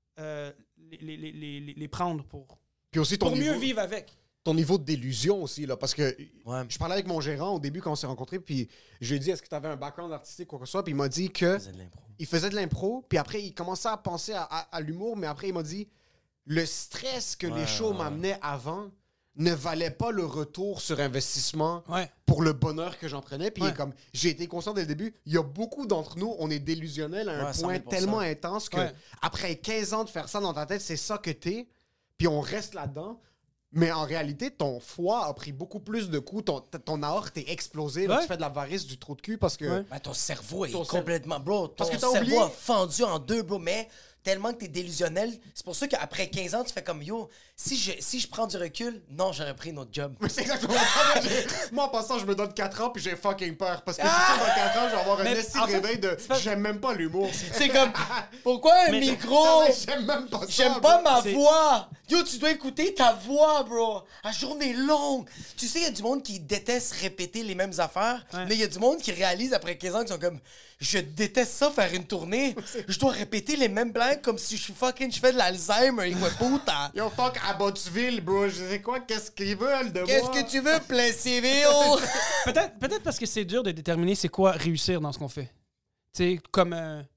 les prendre pour Puis aussi mieux vivre avec. Ton niveau d'illusion aussi, là, parce que je parlais avec mon gérant au début quand on s'est rencontrés, puis je lui ai dit, est-ce que tu avais un background artistique ou quoi que ce soit, puis il m'a dit que il faisait de l'impro, puis après, il commençait à penser à l'humour, mais après, il m'a dit, le stress que les shows m'amenaient avant ne valait pas le retour sur investissement pour le bonheur que j'en prenais. Puis j'ai été conscient dès le début, il y a beaucoup d'entre nous, on est délusionnels à un point 100%. Tellement intense que après 15 ans de faire ça dans ta tête, c'est ça que t'es, puis on reste là-dedans. Mais en réalité, ton foie a pris beaucoup plus de coups, ton aorte est explosé, là, tu fais de la varice, du trou de cul parce que... Ben, ton cerveau est complètement... Bro, ton parce que cerveau a fendu en deux, bro, mais tellement que t'es délusionnel. C'est pour ça qu'après 15 ans, tu fais comme, yo, si je prends du recul, non, j'aurais pris une autre job. Mais c'est exactement ça. Moi, en passant, je me donne 4 ans puis j'ai fucking peur. Parce que je suis sûr, dans 4 ans, je vais avoir un esti de réveil de j'aime même pas l'humour. C'est comme, pourquoi un micro? J'aime même pas ça. J'aime pas ma voix. Yo, tu dois écouter ta voix, bro. La journée est longue. Tu sais, il y a du monde qui déteste répéter les mêmes affaires, mais il y a du monde qui réalise après 15 ans qu'ils sont comme, je déteste ça, faire une tournée. Je dois répéter les mêmes blagues comme si je fais de l'Alzheimer. Et quoi, putain. Yo, fuck Abbotsville, bro. Je sais quoi, qu'est-ce qu'ils veulent de moi? Qu'est-ce que tu veux, Plainville? Peut-être parce que c'est dur de déterminer c'est quoi réussir dans ce qu'on fait. Tu sais, comme...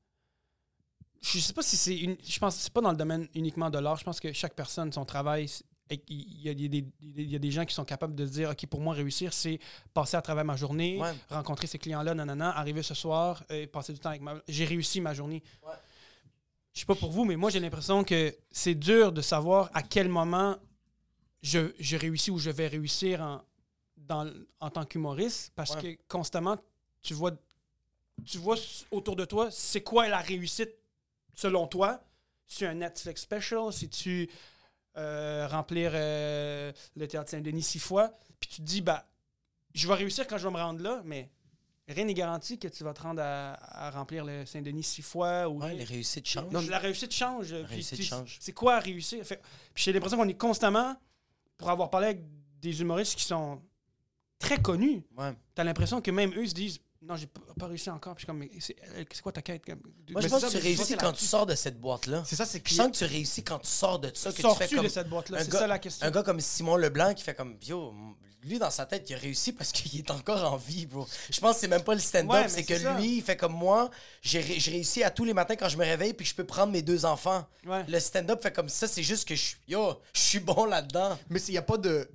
je sais pas si c'est... Je pense que c'est pas dans le domaine uniquement de l'art. Je pense que chaque personne, son travail... Il y a des gens qui sont capables de se dire, OK, pour moi, réussir, c'est passer à travers ma journée, rencontrer ces clients-là, nanana, arriver ce soir, passer du temps avec j'ai réussi ma journée. Ouais. Je sais pas pour vous, mais moi, j'ai l'impression que c'est dur de savoir à quel moment je réussis ou je vais réussir en tant qu'humoriste, parce que constamment, tu vois autour de toi, c'est quoi la réussite selon toi? C'est un Netflix special? C'est-tu... remplir le Théâtre Saint-Denis 6 fois, puis tu te dis, je vais réussir quand je vais me rendre là, mais rien n'est garanti que tu vas te rendre à remplir le Saint-Denis 6 fois. Ou les réussites changent. Non, la réussite change. Change. C'est quoi réussir? Puis j'ai l'impression qu'on est constamment, pour avoir parlé avec des humoristes qui sont très connus, t'as l'impression que même eux se disent, non, j'ai pas réussi encore. Puis je suis comme, mais c'est quoi ta quête? Moi, je pense que tu réussis quand tu sors de cette boîte-là. C'est ça, c'est Je sens que tu réussis quand tu sors de ça. Sors-tu de cette boîte-là? C'est ça la question. Un gars comme Simon Leblanc qui fait comme, yo, lui, dans sa tête, il a réussi parce qu'il est encore en vie, bro. Je pense que c'est même pas le stand-up, Ouais, mais c'est que c'est ça. lui, il fait comme moi. J'ai réussi à tous les matins quand je me réveille, puis je peux prendre mes 2 enfants. Ouais. Le stand-up fait comme ça, c'est juste que je suis bon là-dedans. Mais il n'y a pas de.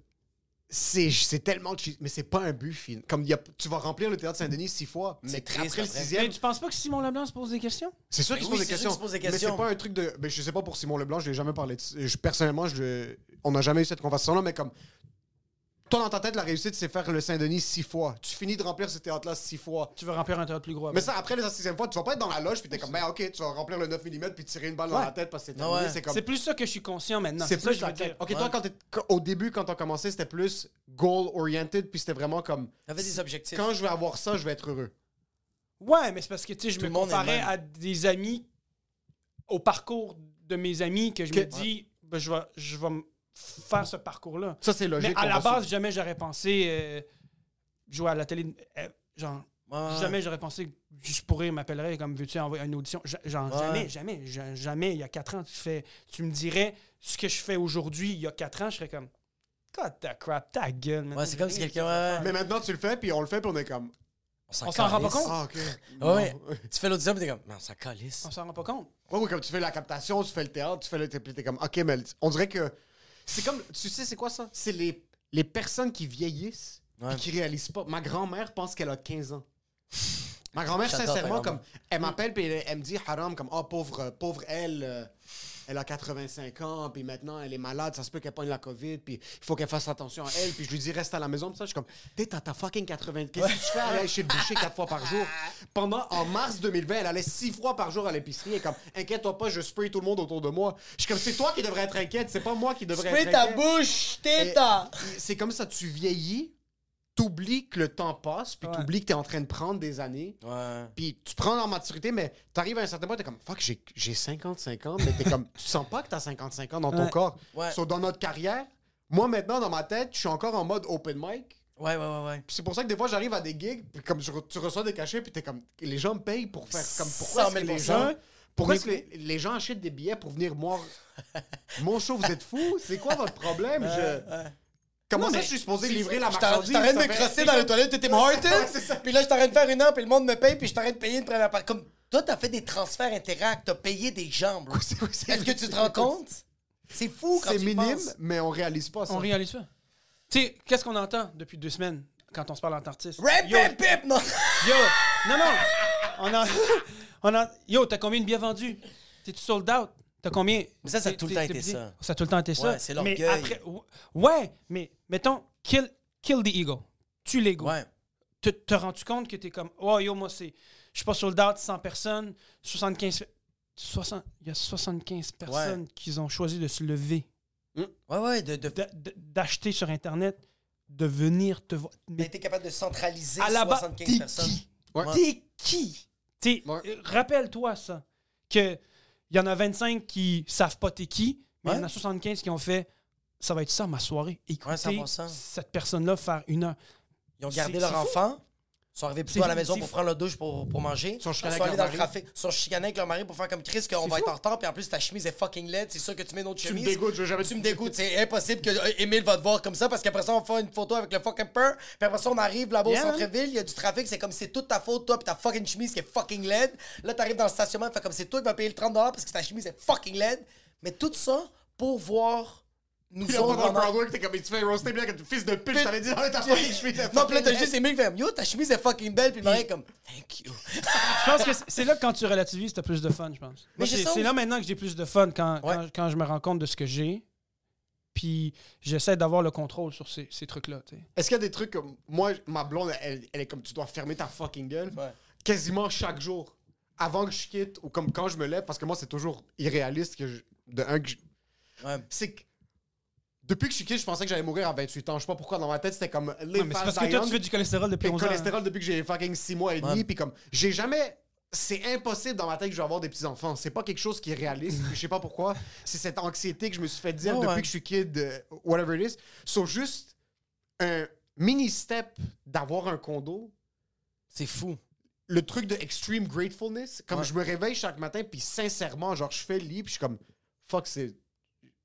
C'est tellement cheap, mais c'est pas un but film. Comme tu vas remplir le théâtre Saint-Denis 6 fois, mais triste, après le après. 6e, Mais tu penses pas que Simon Leblanc se pose des questions? c'est sûr qu'il se Oui, pose des c'est sûr questions. qu'il se pose des Mais questions. c'est pas un truc de. Ben, je sais pas pour Simon Leblanc, je l'ai jamais parlé de. Personnellement, on n'a jamais eu cette conversation-là, mais comme. Toi, dans ta tête, la réussite, c'est faire le Saint-Denis 6 fois. Tu finis de remplir ce théâtre-là 6 fois. Tu veux remplir un théâtre plus gros. Mais ça, après la 6e fois, tu vas pas être dans la loge puis t'es comme, ben ok, tu vas remplir le 9 mm puis tirer une balle dans Ouais. la tête parce que c'est Ah terminé. ouais. C'est comme. C'est plus ça que je suis conscient maintenant. C'est ça plus que je la veux dire. quête. Ok, toi, au début, quand t'as commencé, c'était plus goal-oriented puis c'était vraiment comme. T'avais des objectifs. Quand je vais avoir ça, je vais être heureux. Ouais, mais c'est parce que tu sais, je Tout me le monde est comparais le même. à des amis, au parcours de mes amis, que je me dis, ben, je vais me faire ce parcours-là. Ça, c'est logique. Mais à on la va base, jamais j'aurais pensé jouer à la télé. Genre, Ouais. jamais j'aurais pensé que je pourrais m'appellerais comme veux-tu envoyer une audition. Genre, Ouais. jamais. Il y a 4 ans, tu me dirais ce que je fais aujourd'hui, il y a 4 ans, je serais comme, God the crap, ta gueule. man. Ouais, c'est comme si quelqu'un. Ouais. Mais maintenant, tu le fais puis on le fait puis on est comme. On s'en rend pas calisse. compte. Ah, ok. Ouais. Non. Tu fais l'audition puis t'es comme, non, ça calisse. On s'en rend pas compte. Ouais, comme tu fais la captation, tu fais le théâtre, tu fais le. Puis t'es comme, ok, mais on dirait que. C'est comme. Tu sais, c'est quoi ça? C'est les personnes qui vieillissent Ouais. et qui réalisent pas. Ma grand-mère pense qu'elle a 15 ans. Ma grand-mère, J'adore ta sincèrement, grand-mère. comme. Elle m'appelle puis elle me dit, haram, comme, oh, pauvre elle. Elle a 85 ans, puis maintenant elle est malade, ça se peut qu'elle pogne la COVID, puis il faut qu'elle fasse attention à elle, puis je lui dis reste à la maison, puis ça, je suis comme, t'as ta fucking 80, qu'est-ce que tu fais? Elle allait chez le boucher 4 fois par jour. En mars 2020, elle allait 6 fois par jour à l'épicerie, et comme, inquiète-toi pas, je spray tout le monde autour de moi. Je suis comme, c'est toi qui devrais être inquiète, c'est pas moi qui devrais Spray être ta inquiète. bouche, Et téta! c'est comme ça, tu vieillis, t'oublies que le temps passe, puis Ouais. t'oublies que t'es en train de prendre des années. Ouais. Puis tu prends en maturité, mais t'arrives à un certain point, t'es comme, fuck, j'ai 55 ans, mais t'es comme, tu sens pas que t'as 55 ans dans ton Ouais. corps. Ouais. So, dans notre carrière, moi maintenant, dans ma tête, je suis encore en mode open mic. Ouais. Puis c'est pour ça que des fois, j'arrive à des gigs, puis comme tu reçois des cachets, puis t'es comme, les gens me payent pour faire comme, pourquoi est-ce que 100 000 les gens... Pourquoi est-ce Mais- que les gens achètent des billets pour venir voir mon show? Vous êtes fous? C'est quoi votre problème? Comment Non, ça, mais je suis supposé C'est livrer fou. la Je marchandise? t'arrête de Ça me fait- crosser dans les toilettes de Tim Hortons. C'est ça. Puis là, je t'arrête de faire une heure, puis le monde me paye, puis je t'arrête de payer une première partie. Comme toi, t'as fait des transferts Interact, t'as payé des gens, bro. Est-ce que tu te rends compte? C'est fou quand C'est tu y minime, penses. mais on réalise pas ça. On réalise pas. Tu sais, qu'est-ce qu'on entend depuis 2 semaines quand on se parle en artiste? Rap, Yo, pip, pip, non! yo, non. Yo, t'as combien de billets vendus? T'es-tu sold out? T'as combien? Mais ça a tout le temps été busy? ça. Ça a tout le temps été ça. Ouais, c'est Mais l'orgueil. après, ouais, mais mettons, kill the ego. Tue l'ego. Ouais. Te rends-tu compte que t'es comme, oh yo, moi, je suis pas sold out, 100 personnes, 75. Il y a 75 personnes qui ont choisi de se lever, Ouais, d'acheter sur Internet, de venir te voir. Mais t'es capable de centraliser à la base, 75 t'es personnes. qui? Ouais. T'es qui? Ouais. Rappelle-toi ça. Que il y en a 25 qui savent pas t'es qui, mais il y en Ouais. a 75 qui ont fait ça va être ça ma soirée. Écoutez 100%. cette personne-là faire 1 heure. Ils ont gardé C'est leur fou. enfant, sont arrivés plus tôt C'est à la fou, maison c'est pour fou. prendre leur douche pour manger. Ils sont chicanés allés avec dans leur le mari. trafic. Ils sont chicanés avec leur mari pour faire comme Chris qu'on va fou. être en retard. Puis en plus, ta chemise est fucking laide. C'est sûr que tu mets une autre Tu me chemise. dégoûtes, je veux jamais Tu me dégoûtes. C'est impossible que Émile va te voir comme ça parce qu'après ça, on va faire une photo avec le fucking peur. Puis après ça, on arrive là-bas Yeah, au centre-ville. Il y a du trafic. C'est comme c'est toute ta faute, toi, puis ta fucking chemise qui est fucking laide. Là, t'arrives dans le stationnement. Fait comme c'est toi qui vas payer le 30$ parce que ta chemise est fucking laide. Mais tout ça pour voir nous Puis là, autres. pendant le pendant- crowdwork, t'es comme, tu fais roaster bien que fils de pute, je t'avais dit, non, ta fucking chemise. Non, puis là, t'as juste Émile qui fait yo, ta chemise est fucking belle. Puis le mari est comme thank you. Je pense que c'est là que quand tu relativises, t'as plus de fun, je pense. Mais Moi, j'ai ça c'est là maintenant que j'ai plus de fun quand je me rends compte de ce que j'ai. Puis j'essaie d'avoir le contrôle sur ces trucs-là. Tu sais. Est-ce qu'il y a des trucs comme. Moi, ma blonde, elle est comme, tu dois fermer ta fucking gueule. Ouais. Quasiment chaque jour. Avant que je quitte, ou comme quand je me lève, parce que moi, c'est toujours irréaliste que je. De un, que je. Ouais. C'est que. Depuis que je suis quitte, je pensais que j'allais mourir à 28 ans. Je sais pas pourquoi, dans ma tête, c'était comme. Ouais, mais c'est parce que toi, tu fais du cholestérol depuis Puis 11 ans. cholestérol depuis que j'ai fucking 6 mois et demi. Ouais. Puis comme, j'ai jamais. C'est impossible dans ma tête que je vais avoir des petits-enfants. C'est pas quelque chose qui est réaliste. Puis je sais pas pourquoi. C'est cette anxiété que je me suis fait dire Ouais, depuis ouais. que je suis kid, whatever it is. So, juste un mini-step d'avoir un condo. C'est fou. Le truc de extreme gratefulness. Comme Ouais. je me réveille chaque matin, puis sincèrement, genre, je fais le lit, puis je suis comme, fuck, c'est.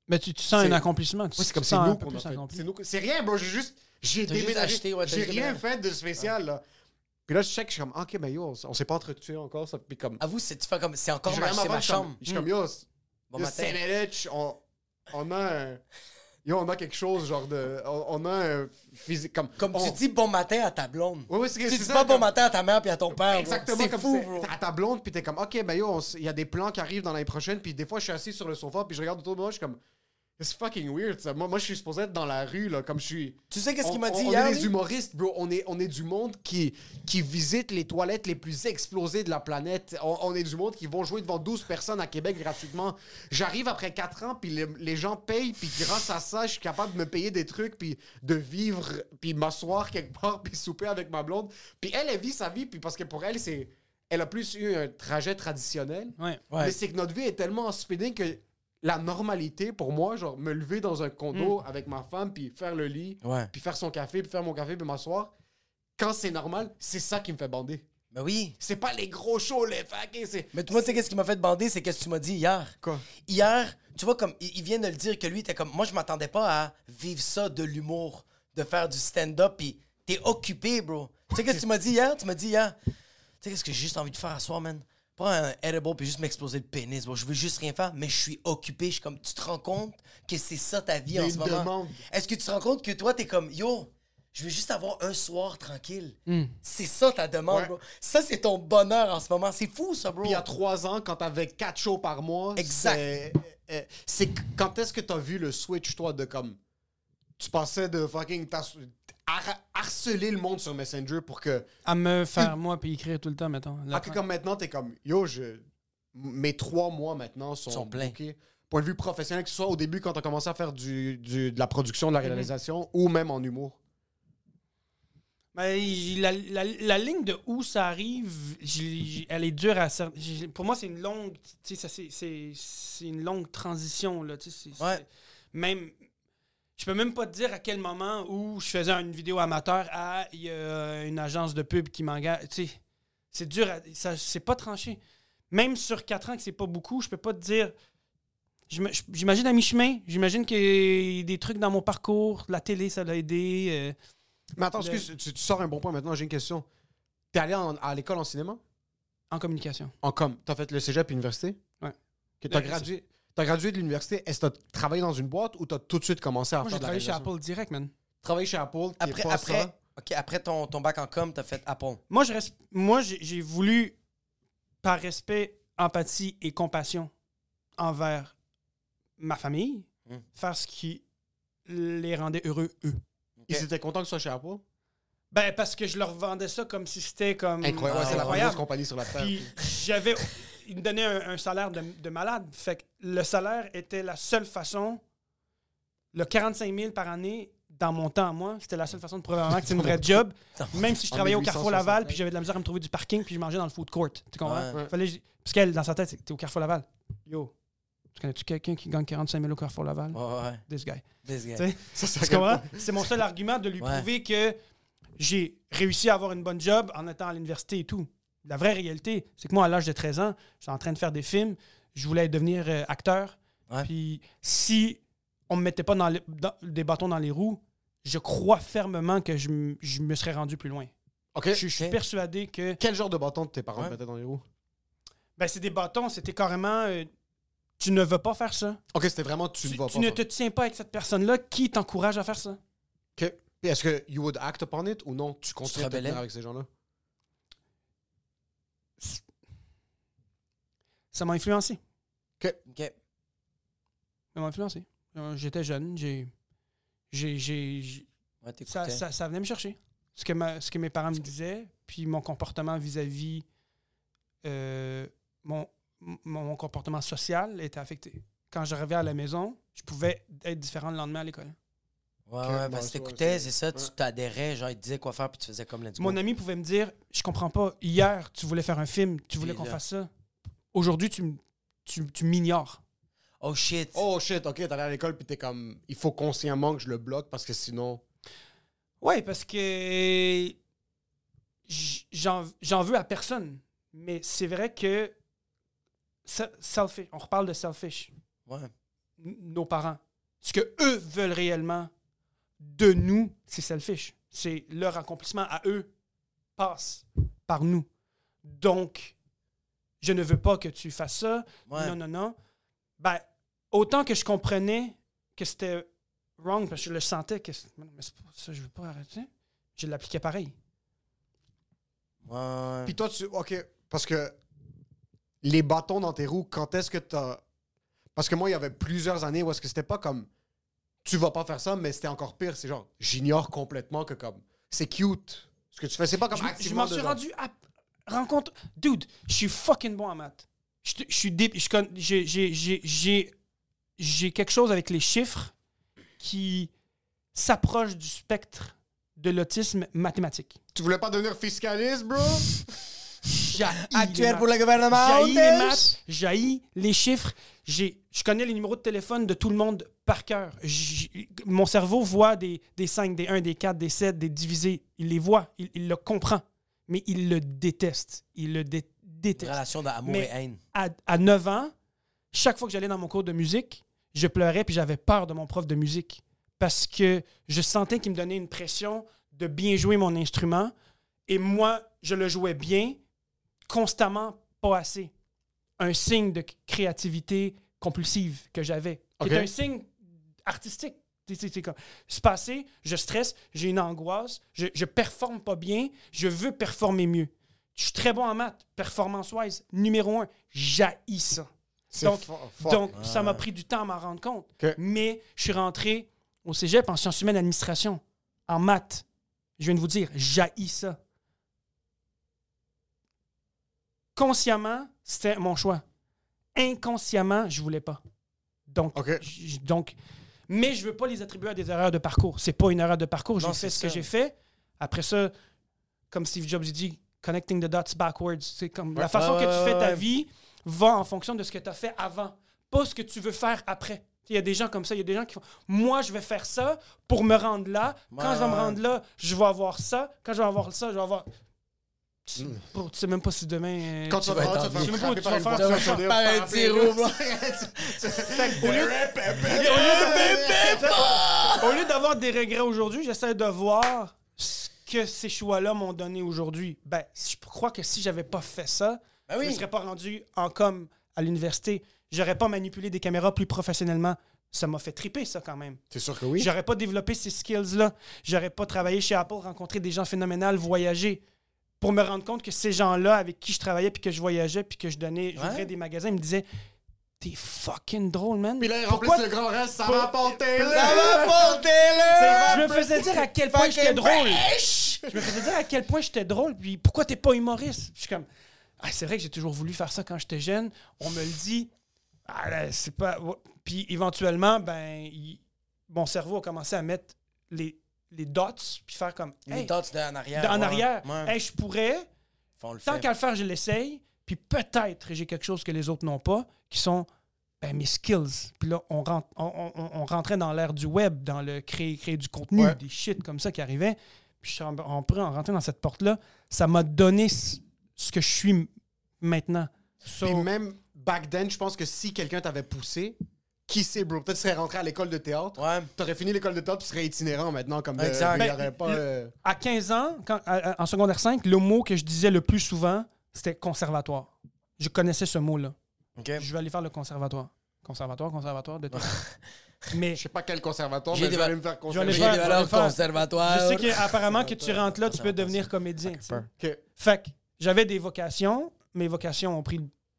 Mais tu sens C'est- un accomplissement. Ouais, c'est comme c'est nous qu'on a fait. C'est rien, bro. J'ai T'as juste déménagé. acheté, ouais, t'as J'ai juste rien déménagé. fait de spécial, là. Puis là, je check, je suis comme, OK, mais yo, on s'est pas entretenu encore. Ça. Puis comme, Avoue, tu fais comme. C'est encore je ma, regarde c'est ma je suis comme- chambre. Je suis comme, yo, Bon yo, matin. Semelich, on a un... Yo, on a quelque chose, genre de... On a un physique, comme... Comme on- tu dis bon matin à ta blonde. Ouais, Tu dis ça, pas bon comme- matin à ta mère puis à ton père. bro. Exactement C'est comme fou, c'est- bro. à ta blonde, puis t'es comme, OK, ben yo, il y a des plans qui arrivent dans l'année prochaine, puis des fois, je suis assis sur le sofa, puis je regarde autour de moi, je suis comme, c'est fucking weird, ça. Moi, je suis supposé être dans la rue, là, comme je suis... Tu sais qu'est-ce qu'il m'a dit on hier? est des lui? humoristes, bro. On est du monde qui visite les toilettes les plus explosées de la planète. On est du monde qui vont jouer devant 12 personnes à Québec gratuitement. J'arrive après 4 ans, puis les gens payent, puis grâce à ça, je suis capable de me payer des trucs, puis de vivre, puis m'asseoir quelque part, puis souper avec ma blonde. Puis elle vit sa vie, puis parce que pour elle, elle a plus eu un trajet traditionnel. Ouais. Ouais. Mais c'est que notre vie est tellement en speeding que la normalité, pour moi, genre me lever dans un condo avec ma femme, puis faire le lit, Ouais. puis faire son café, puis faire mon café, puis m'asseoir, quand c'est normal, c'est ça qui me fait bander. Ben oui. C'est pas les gros shows, les fucking, c'est... Mais toi, tu sais qu'est-ce qui m'a fait bander? C'est qu'est-ce que tu m'as dit hier. Quoi? Hier, tu vois, comme il vient de le dire que lui, était comme. Moi, je m'attendais pas à vivre ça de l'humour, de faire du stand-up, puis t'es occupé, bro. Tu sais qu'est-ce que tu m'as dit hier? Tu m'as dit hier. Tu sais qu'est-ce que j'ai juste envie de faire à soir, man? Pas un edible puis juste m'exploser le pénis. Bon, je veux juste rien faire, mais je suis occupé. Je suis comme, tu te rends compte que c'est ça ta vie Il y a en une ce moment? demande. Est-ce que tu te rends compte que toi, t'es comme, yo, je veux juste avoir un soir tranquille. C'est ça ta demande, Ouais. bro. Ça, c'est ton bonheur en ce moment. C'est fou, ça, bro. Puis il y a 3 ans, quand t'avais 4 shows par mois, Exact. c'est quand est-ce que t'as vu le switch, toi, de comme... Tu passais de fucking... harceler le monde sur Messenger pour que... À me faire, moi, puis écrire tout le temps, mettons. Ah, que comme maintenant, t'es comme, yo, mes 3 mois maintenant Sont pleins. bookés. Point de vue professionnel, que ce soit au début quand t'as commencé à faire de la production, de la réalisation, ou même en humour. Ben, la ligne de où ça arrive, elle est dure à... Pour moi, c'est une longue... Tu sais, c'est une longue transition, là. Tu sais, Ouais. Même... Je peux même pas te dire à quel moment où je faisais une vidéo amateur à il y a une agence de pub qui m'engage. Tu sais, c'est dur, c'est pas tranché. Même sur 4 ans que c'est pas beaucoup, je peux pas te dire. J'imagine à mi-chemin, j'imagine qu'il y a des trucs dans mon parcours, la télé, ça l'a aidé. Mais attends, excuse, tu sors un bon point maintenant, j'ai une question. T'es allé à l'école en cinéma? En communication. En com. T'as fait le cégep et l'université? Ouais. Que t'as gradué de l'université. Est-ce que t'as travaillé dans une boîte ou t'as tout de suite commencé à Moi, faire j'ai de la travaillé chez réalisation? Apple direct, man. Travailler chez Apple, t'es pas ça. Après ton bac en com, t'as fait Apple. Moi, j'ai voulu, par respect, empathie et compassion envers ma famille, faire ce qui les rendait heureux, eux. Ils étaient contents que tu sois chez Apple? Ben, parce que je leur vendais ça comme si c'était comme... Incroyable. Ouais, c'est la plus incroyable. grosse compagnie sur la Terre. Puis ils me donnaient un salaire de malade. Fait que le salaire était la seule façon... Le 45 000 par année, dans mon temps à moi, c'était la seule façon de prouver vraiment que c'est une vraie job. Même si je En travaillais au Carrefour 1865. Laval, puis j'avais de la misère à me trouver du parking, puis je mangeais dans le food court. Tu comprends? Ouais. Parce qu'elle, dans sa tête, c'est que t'es au Carrefour Laval. Yo, tu connais-tu quelqu'un qui gagne 45 000 au Carrefour Laval? Ouais. This guy. This guy. Tu sais? Ça, Tu comprends? C'est mon seul argument de lui Ouais. prouver que j'ai réussi à avoir une bonne job en étant à l'université et tout. La vraie réalité, c'est que moi, à l'âge de 13 ans, j'étais en train de faire des films. Je voulais devenir acteur. Ouais. Puis si on me mettait pas des bâtons dans les roues, je crois fermement que je me serais rendu plus loin. OK. Je suis persuadé que... Quel genre de bâton tes parents Ouais. mettaient dans les roues? Ben, c'est des bâtons, c'était carrément... tu ne veux pas faire ça. OK, c'était vraiment tu ne vas Tu pas ne faire. te tiens pas avec cette personne-là qui t'encourage à faire ça. OK. Puis est-ce que you would act upon it ou non? Tu te continues à te rebellais? tenir avec ces gens-là? Ça m'a influencé. OK. Ça m'a influencé. J'étais jeune, Ouais, t'écoutais. ça venait me chercher. Ce que mes parents me disaient, puis mon comportement vis-à-vis mon comportement social était affecté. Quand j'arrivais à la maison, je pouvais être différent le lendemain à l'école. Ouais, Ok, ouais, ouais, parce que ça, t'écoutais, c'est- c'est ça, tu ouais. t'adhérais, genre, il te disait quoi faire, puis tu faisais comme let's go. Mon ami pouvait me dire, je comprends pas, hier, tu voulais faire un film, tu voulais Puis qu'on là. fasse ça. Aujourd'hui, tu m'ignores. Oh shit. Oh shit, OK, t'allais à l'école puis t'es comme... Il faut consciemment que je le bloque parce que sinon... Ouais, parce que j'en veux à personne. Mais c'est vrai que selfish, on reparle de selfish. Ouais. nos parents. Ce que eux veulent réellement de nous, c'est selfish. C'est leur accomplissement à eux passe par nous. Donc, je ne veux pas que tu fasses ça. Ouais. Non. Ben, autant que je comprenais que c'était wrong, parce que je le sentais que mais c'est pas ça, je veux pas arrêter, je l'appliquais pareil. Ouais. Puis toi, OK, parce que les bâtons dans tes roues, quand est-ce que t'as... Parce que moi, il y avait plusieurs années où est-ce que c'était pas comme tu vas pas faire ça, mais c'était encore pire. C'est genre, j'ignore complètement que comme c'est cute ce que tu fais. C'est pas comme Je activement m'en suis dedans. rendu à rencontre. Dude, je suis fucking bon en maths. J'ai quelque chose avec les chiffres qui s'approche du spectre de l'autisme mathématique. Tu voulais pas devenir fiscaliste, bro? Actuel pour le gouvernement. J'haïs les maths, j'haïs les chiffres. Je connais les numéros de téléphone de tout le monde par cœur. Mon cerveau voit des 5, des 1, des 4, des 7, des divisés. Il les voit, il le comprend. Mais il le déteste. Il le déteste. Relation d'amour Mais et haine. à 9 ans, chaque fois que j'allais dans mon cours de musique, je pleurais puis j'avais peur de mon prof de musique. Parce que je sentais qu'il me donnait une pression de bien jouer mon instrument. Et moi, je le jouais bien, constamment, pas assez. Un signe de créativité compulsive que j'avais. Qui est un signe artistique. C'est comme, c'est passé, je stresse, j'ai une angoisse, je performe pas bien, je veux performer mieux. Je suis très bon en maths, performance-wise, numéro 1, j'haïs ça. Donc, ça m'a pris du temps à m'en rendre compte. Okay. Mais je suis rentré au cégep en sciences humaines administration, en maths. Je viens de vous dire, j'haïs ça. Consciemment, c'était mon choix. Inconsciemment, je voulais pas. Donc, mais je veux pas les attribuer à des erreurs de parcours. C'est pas une erreur de parcours. J'ai fait ce que j'ai fait. Après ça, comme Steve Jobs dit, connecting the dots backwards. C'est comme la façon que tu fais ta vie va en fonction de ce que tu as fait avant, pas ce que tu veux faire après. Il y a des gens comme ça, il y a des gens qui font « Moi, je vais faire ça pour me rendre là. Quand je vais me rendre là, je vais avoir ça. Quand je vais avoir ça, je vais avoir... » Tu sais même pas si demain... Quand tu vas je sais même pas où tu vas faire. Tu vas faire par un tiro, bro. Au lieu d'avoir des regrets aujourd'hui, j'essaie de voir ce que ces choix-là m'ont donné aujourd'hui. Ben, je crois que si j'avais pas fait ça, je ne serais pas rendu en com à l'université. J'aurais pas manipulé des caméras plus professionnellement. Ça m'a fait triper, ça, quand même. T'es sûr que oui? J'aurais pas développé ces skills-là. J'aurais pas travaillé chez Apple, rencontré des gens phénoménaux, voyagé. Pour me rendre compte que ces gens-là avec qui je travaillais, puis que je voyageais, puis que j'ouvrais des magasins, ils me disaient « T'es fucking drôle, man. » Puis là, ils remplissent le grand reste, ça va porter là! Ça va porter là! Je me faisais dire à quel point j'étais drôle. Je me faisais dire à quel point j'étais drôle, puis pourquoi t'es pas humoriste? Je suis comme, c'est vrai que j'ai toujours voulu faire ça quand j'étais jeune. On me le dit, c'est pas... Puis éventuellement, mon cerveau a commencé à mettre les dots, puis faire comme... Les dots en arrière. En arrière. Ouais. Hey, je pourrais, tant qu'à le faire, je l'essaye, puis peut-être j'ai quelque chose que les autres n'ont pas, qui sont mes skills. Puis là, on rentrait dans l'ère du web, dans le créer du contenu, des shit comme ça qui arrivaient. Puis on rentrait dans cette porte-là. Ça m'a donné ce que je suis maintenant. Puis même back then, je pense que si quelqu'un t'avait poussé, qui sait, bro? Peut-être tu serais rentré à l'école de théâtre. Ouais. T'aurais fini l'école de théâtre, tu serais itinérant maintenant. Comme exact. il y aurait pas, À 15 ans, en secondaire 5, le mot que je disais le plus souvent, c'était conservatoire. Je connaissais ce mot-là. Okay. Je vais aller faire le conservatoire. Conservatoire de théâtre. Mais je sais pas quel conservatoire, mais je vais aller me faire J'ai des valeurs conservatoires. Je sais qu'apparemment, que tu rentres là, tu peux devenir comédien. Okay. Fait que j'avais des vocations. Mes vocations ont pris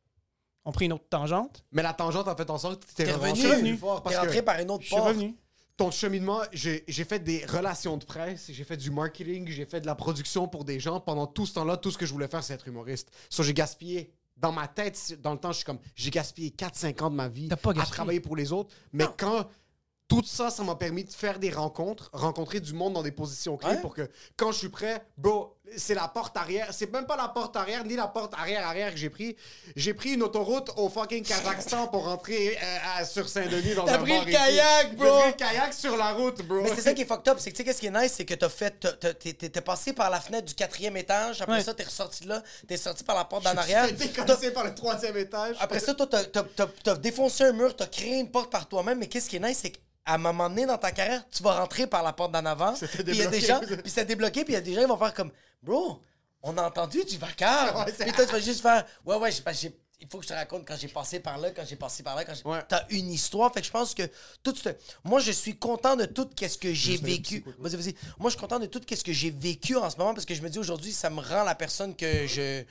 une autre tangente. Mais la tangente a fait en sorte que tu t'es revenu. T'es rentré par une autre porte. Je suis revenu. Ton cheminement, j'ai fait des relations de presse, j'ai fait du marketing, j'ai fait de la production pour des gens. Pendant tout ce temps-là, tout ce que je voulais faire, c'est être humoriste. J'ai gaspillé. Dans ma tête, dans le temps, je suis comme, j'ai gaspillé 4-5 ans de ma vie à travailler pour les autres. Mais quand tout ça m'a permis de faire des rencontres, rencontrer du monde dans des positions clés pour que quand je suis prêt, bro, C'est la porte arrière. C'est même pas la porte arrière ni la porte arrière que j'ai pris. J'ai pris une autoroute au fucking Kazakhstan pour rentrer sur Saint-Denis dans un bar. T'as pris le kayak, bro! J'ai pris le kayak sur la route, bro. Mais c'est ça qui est fucked up, c'est que tu sais qu'est-ce qui est nice, c'est que t'es passé par la fenêtre du 4e étage, après ça t'es ressorti de là, t'es sorti par la porte d'en arrière. T'es décollé par le 3e étage. Après ça, toi t'as défoncé un mur, t'as créé une porte par toi-même, mais qu'est-ce qui est nice, c'est qu'à un moment donné dans ta carrière, tu vas rentrer par la porte d'en avant, puis il y a des gens, puis c'est débloqué, puis il y a des gens qui vont faire comme bro, on a entendu du vacarme. Puis toi tu vas juste faire ouais, il faut que je te raconte quand j'ai passé par là, T'as une histoire. Fait que je pense que moi, je suis content de tout ce que j'ai vécu. Vas-y. Moi, je suis content de tout ce que j'ai vécu en ce moment parce que je me dis aujourd'hui, ça me rend la personne que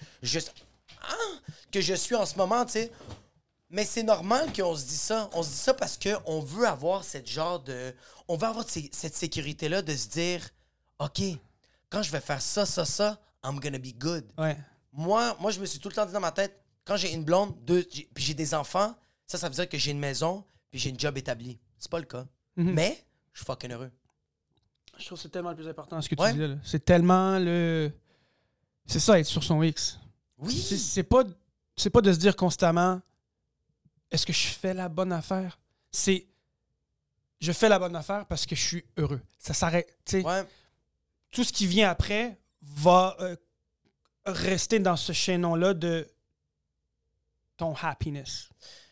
que je suis en ce moment, tu sais. Mais c'est normal qu'on se dise ça. On se dit ça parce qu'on veut avoir on veut avoir cette sécurité-là de se dire, OK, quand je vais faire ça, I'm gonna be good. Ouais. Moi, je me suis tout le temps dit dans ma tête, quand j'ai une blonde, puis j'ai des enfants, ça veut dire que j'ai une maison, puis j'ai une job établie. C'est pas le cas. Mais, je suis fucking heureux. Je trouve que c'est tellement le plus important ce que tu dis là. C'est tellement c'est ça, être sur son X. Oui. C'est pas de se dire constamment, est-ce que je fais la bonne affaire? C'est, je fais la bonne affaire parce que je suis heureux. Ça s'arrête. Tout ce qui vient après va rester dans ce chaînon-là de ton happiness.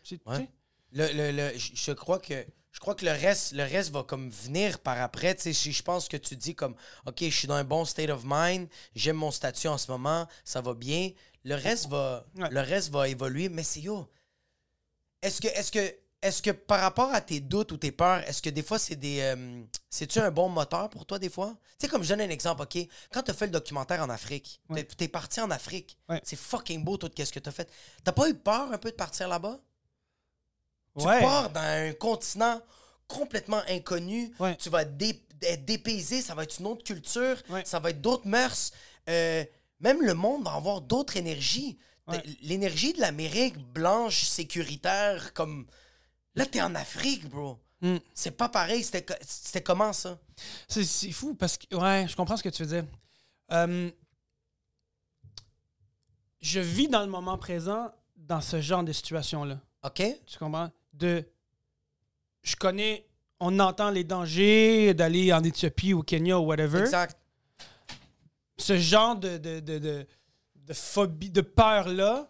Je crois que le reste va comme venir par après. Je pense que tu dis comme OK, je suis dans un bon state of mind, j'aime mon statut en ce moment, ça va bien. Le reste va évoluer, mais c'est Est-ce que par rapport à tes doutes ou tes peurs, est-ce que des fois c'est-tu un bon moteur pour toi des fois? Tu sais, comme je donne un exemple, OK? Quand t'as fait le documentaire en Afrique, t'es parti en Afrique, c'est fucking beau tout ce que t'as fait. T'as pas eu peur un peu de partir là-bas? Tu pars dans un continent complètement inconnu, tu vas être dépaysé, ça va être une autre culture, ça va être d'autres mœurs. Même le monde va avoir d'autres énergies. L'énergie de l'Amérique blanche, sécuritaire, comme... Là, t'es en Afrique, bro. C'est pas pareil. C'était comment, ça? C'est fou, parce que... Ouais, je comprends ce que tu veux dire. Je vis dans le moment présent dans ce genre de situation-là. OK. Tu comprends? Je connais... On entend les dangers d'aller en Éthiopie ou au Kenya ou whatever. Exact. Ce genre de phobie, de peur-là,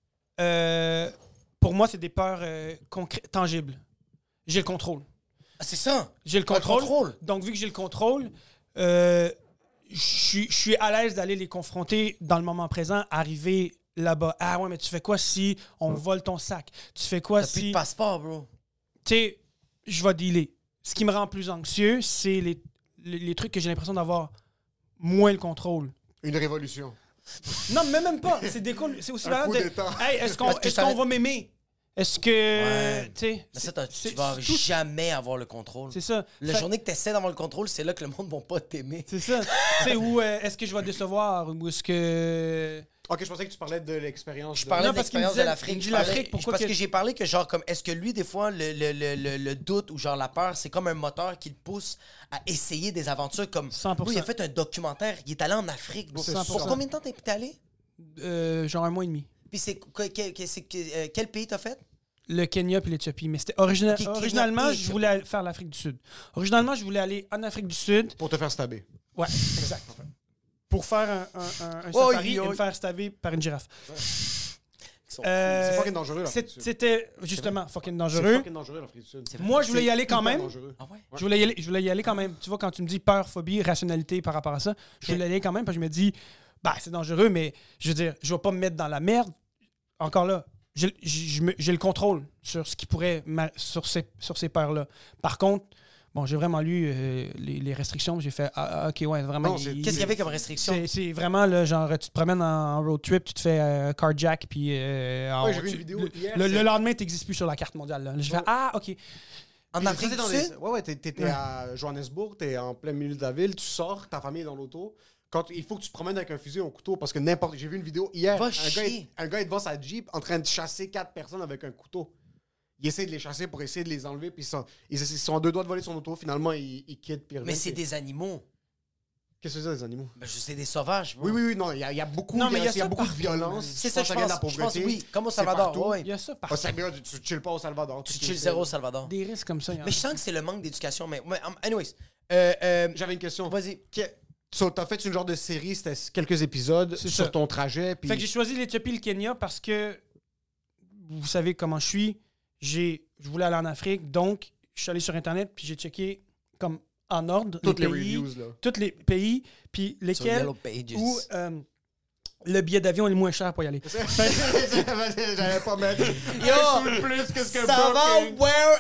pour moi, c'est des peurs tangibles. J'ai le contrôle. Ah, c'est ça. J'ai le contrôle. Donc, vu que j'ai le contrôle, je suis à l'aise d'aller les confronter dans le moment présent, arriver là-bas. Ah ouais, mais tu fais quoi si on vole ton sac? Tu fais quoi T'as si... plus de passeport, bro. Tu sais, je vais dealer. Ce qui me rend plus anxieux, c'est les trucs que j'ai l'impression d'avoir moins le contrôle. Une révolution. Non, mais même pas. C'est aussi valable de... Hey, est-ce qu'on va m'aimer? Est-ce que... Ouais. Tu sais, tu vas jamais avoir le contrôle. C'est ça. La journée que tu essaies d'avoir le contrôle, c'est là que le monde ne va pas t'aimer. C'est ça. Tu sais, ou est-ce que je vais décevoir? Ou est-ce que... Ok, je pensais que tu parlais de l'expérience. Je parlais de l'expérience de l'Afrique. Parce que j'ai parlé que genre comme est-ce que lui des fois le doute ou genre la peur c'est comme un moteur qui le pousse à essayer des aventures comme 100%. Lui, il a fait un documentaire, il est allé en Afrique. Pour combien de temps t'es allé? Genre 1 mois et demi. Puis quel pays t'as fait? Le Kenya puis l'Éthiopie. Mais c'était originalement, je voulais faire l'Afrique du Sud. Originalement, je voulais aller en Afrique du Sud. Pour te faire stabber. Ouais, exact. Pour faire un safari et me faire stabber par une girafe. C'est fucking dangereux, là. C'était justement fucking dangereux. C'est fucking dangereux, l'Afrique du Sud. Moi, je voulais y aller quand même. Ah ouais? Je voulais y aller quand même. Tu vois, quand tu me dis peur, phobie, rationalité par rapport à ça, je voulais y aller quand même parce que je me dis, bah, c'est dangereux, mais je veux dire, je vais pas me mettre dans la merde. Encore là, j'ai le contrôle sur ce qui pourrait... sur ces peurs-là. Par contre, bon, j'ai vraiment lu les restrictions. J'ai fait, OK, ouais, vraiment... Qu'est-ce qu'il y avait comme restriction? C'est vraiment, là, genre, tu te promènes en road trip, tu te fais carjack, puis... j'ai vu une vidéo hier. Le lendemain, tu n'existes plus sur la carte mondiale. Là. Je fais, OK. En Afrique du Sud? Ouais, t'étais à Johannesburg, t'es en plein milieu de la ville, tu sors, ta famille est dans l'auto. Il faut que tu te promènes avec un fusil ou un couteau parce que j'ai vu une vidéo hier, un gars est devant sa Jeep en train de chasser 4 personnes avec un couteau. Il essaie de les chasser pour essayer de les enlever, puis ils sont à 2 doigts de voler son auto. Finalement, il quitte. Mais c'est des animaux. Qu'est-ce que c'est, des animaux? Ben, je sais, des sauvages. bro. Oui, non, il y a beaucoup, Non, mais il y a ça beaucoup de partout, violence. C'est ça, je pense, pense, oui. Comme au Salvador, ouais. Il y a ça Au partout. Salvador, tu chilles pas au Salvador. Tu chill zéro au Salvador. Des risques comme ça. il y en a. Mais je sens que c'est le manque d'éducation. Mais anyways. J'avais une question. Vas-y. T'as fait une genre de série, c'était quelques épisodes C'est sur ça. ton trajet. Puis... Fait que j'ai choisi l'Éthiopie et le Kenya parce que vous savez comment je suis. Je voulais aller en Afrique, donc je suis allé sur Internet puis j'ai checké comme en ordre Toutes les pays, reviews, là. tous les pays, puis Sur lesquels Yellow Pages. où le billet d'avion est le moins cher pour y aller. J'allais pas mettre Yo, plus que ce que ça va, Booking.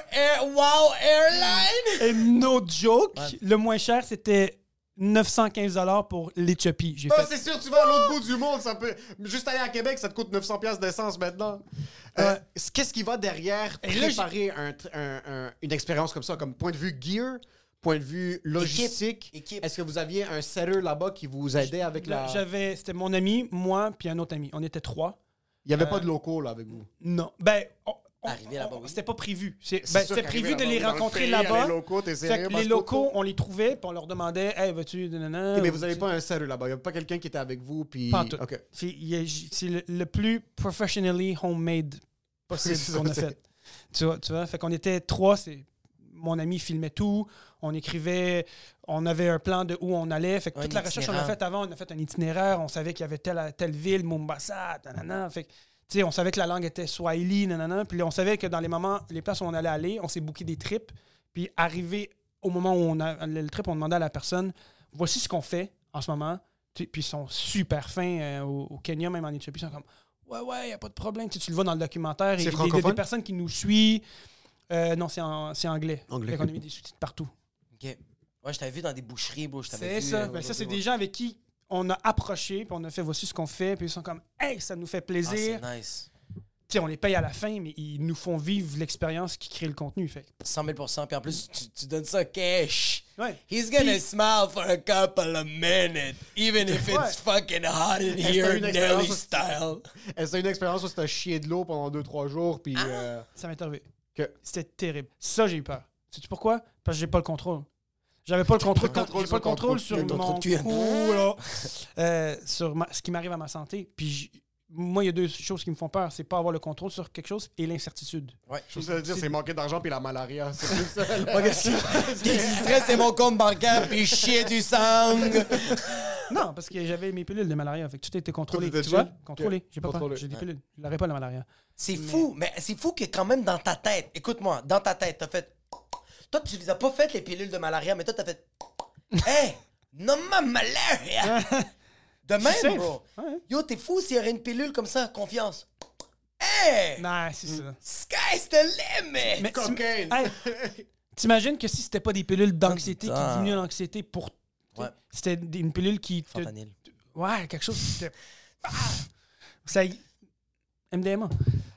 Wow Airline? Et no joke, le moins cher c'était 915 $ pour l'Éthiopie. J'ai Non, fait c'est sûr, tu vas à l'autre bout du monde. Ça peut... Juste aller à Québec, ça te coûte 900$ d'essence maintenant. Qu'est-ce qui va derrière Et là, préparer une expérience comme ça, comme point de vue gear, point de vue logistique? Équipe. Est-ce que vous aviez un setter là-bas qui vous aidait avec Là, la... c'était mon ami, moi, puis un autre ami. On était 3. Il n'y avait pas de locaux là avec vous? Non. Ben, Arrivé là-bas, oui. c'était pas prévu. C'est C'était sûr prévu qu'arriver de les là-bas, dans le rencontrer pays, là-bas. Les locaux, t'es Fait sérieux, que les locaux, on les trouvait, puis on leur demandait « Hey, vas-tu... » mais vous n'avez pas un setter là-bas. Il n'y a pas quelqu'un qui était avec vous, puis... Pas en tout. OK. C'est le plus professionally homemade possible C'est ça, qu'on a c'est- fait. Tu vois? Fait qu'on était 3, mon ami filmait tout, on écrivait, on avait un plan de où on allait. Fait que Un toute la recherche qu'on a itinéraire. faite avant, on a fait un itinéraire, on savait qu'il y avait telle ville, Mombasa, nanana. Fait que, tu sais, on savait que la langue était Swahili, nanana. Puis on savait que dans les places où on allait aller, on s'est booké des trips. Puis arrivé au moment où on a le trip, on demandait à la personne, voici ce qu'on fait en ce moment. Puis ils sont super fins au Kenya, même en Éthiopie. Ils sont comme, ouais, il n'y a pas de problème. Tu le vois dans le documentaire. C'est Il y a francophone? des personnes qui nous suivent. Non, c'est anglais. Anglais. Fait qu'on a mis des sous-titres partout. OK. Ouais, je t'avais vu dans des boucheries, bro. Je t'avais C'est vu, ça. Ben, ça, c'est des gens avec qui on a approché, puis on a fait voici ce qu'on fait. Puis ils sont comme, hey, ça nous fait Ah, plaisir. c'est nice. Tu sais, on les paye à la fin, mais ils nous font vivre l'expérience qui crée le contenu. Fait. 100 000 %. Puis en plus, tu donnes ça cash. Ouais. He's gonna Puis- smile for a couple of minutes, even if it's Ouais. fucking hot in Est-ce here, que une expérience Nelly aussi- style. Est-ce que c'est une expérience où c'était chier de l'eau pendant 2-3 jours, puis... Ça m'est arrivé. Que- C'était terrible. Ça, j'ai eu peur. Sais-tu pourquoi? Parce que j'ai pas le contrôle. J'avais pas le contrôle. J'ai pas le contrôle sur ton mon trou de cul. cou, là. Sur ce qui m'arrive à ma santé. Puis moi, il y a 2 choses qui me font peur. C'est pas avoir le contrôle sur quelque chose et l'incertitude. Ouais. Je veux dire, c'est manquer d'argent puis la malaria. C'est plus ça. là. Moi, qu'est-ce qui me stresse, c'est mon compte bancaire, puis chier du sang. Non, parce que j'avais mes pilules de malaria. Fait que tout était contrôlé. Tout était Tu vois? chill? Contrôlé. Ok. J'ai pas peur. Contrôlé. J'ai des pilules. Je l'aurais pas, la malaria. C'est fou, mais c'est fou que quand même dans ta tête, écoute-moi, dans ta tête, t'as fait... Toi, tu les as pas faites, les pilules de malaria, mais toi, t'as fait... Hey, non ma malaria! De safe. même, bro. Ouais. Yo, t'es fou s'il y aurait une pilule comme ça, confiance. Hey! Non, c'est ça. Sky's the limit! Mais Cocaine. Hey, t'imagines que si c'était pas des pilules d'anxiété qui Putain. diminuent l'anxiété pour... Ouais. C'était une pilule qui... Fentanyl. Ouais, quelque chose qui te... Ah! Ça y... MDMA.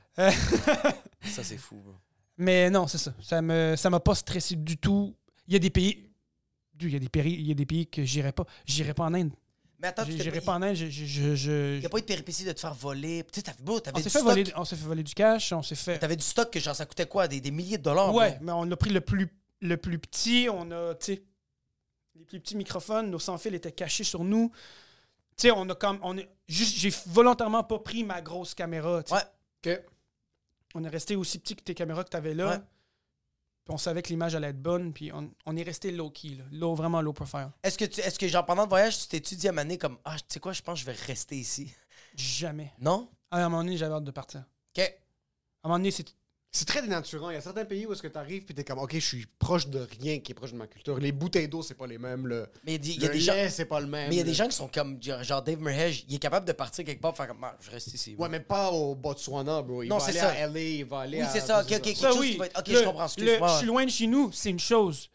Ça, c'est fou, bro. Mais non, c'est ça. Ça m'a pas stressé du tout. Il y a des pays... Il y a des pays que j'irais pas. J'irais pas en Inde. Mais attends, J'irais pas en Inde. Il n'y a pas eu de péripéties de te faire voler. Tu sais, t'avais On du s'est fait stock. voler, on s'est fait voler du cash, on s'est fait... T'avais du stock que genre ça coûtait quoi? Des milliers de dollars? Ouais, bro. mais on a pris le plus petit, on a, tu sais, les plus petits microphones, nos sans-fils étaient cachés sur nous. Tu sais, j'ai volontairement pas pris ma grosse caméra, tu sais. Ouais. OK. On est resté aussi petit que tes caméras que t'avais là. Ouais. Puis on savait que l'image allait être bonne, puis on est resté low-key, là. Vraiment low profile. Est-ce que genre pendant le voyage, tu t'es dit à Mané comme ah, tu sais quoi, je pense que je vais rester ici? Jamais. Non? À un moment donné, j'avais hâte de partir. OK. À un moment donné, C'est très dénaturant. Il y a certains pays où est-ce que t'arrives puis t'es comme, OK, je suis proche de rien qui est proche de ma culture. Les bouteilles d'eau, c'est pas les mêmes. Mais il y a Le des gens... lait, c'est pas le même. Mais il y a des là. gens qui sont comme genre Dave Murhege, il est capable de partir quelque part et faire comme ah, je reste ici. Ouais, mais pas au Botswana, bro. Il Non, va c'est aller ça. à LA, il va aller Oui, à... c'est ça. OK, quelque ça, chose oui. qui va être... OK, Le- je comprends. Excuse. Je suis loin de chez nous, c'est une chose.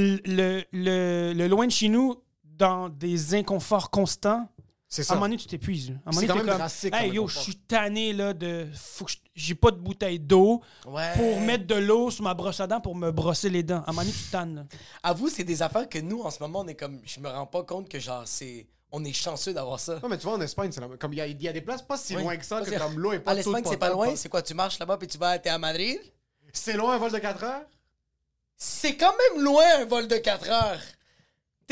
Le loin de chez nous, dans des inconforts constants, C'est à ça. un moment donné, tu t'épuises. À un moment C'est donné, quand t'es même comme, drastique hey, comme yo, inconfort. je suis tanné là, j'ai pas de bouteille d'eau Ouais. pour mettre de l'eau sur ma brosse à dents pour me brosser les dents. À un moment donné, tu tannes. là. Avoue, c'est des affaires que nous, en ce moment, on est comme... Je me rends pas compte que genre c'est... On est chanceux d'avoir ça. Non, mais tu vois, en Espagne, c'est comme il y a des places pas si Oui. loin que ça, que Vas-y. comme l'eau est pas À l'Espagne, toute c'est pas potable. loin. C'est quoi, tu marches là-bas puis t'es à Madrid? C'est loin, un vol de 4 heures? C'est quand même loin un vol de 4 heures.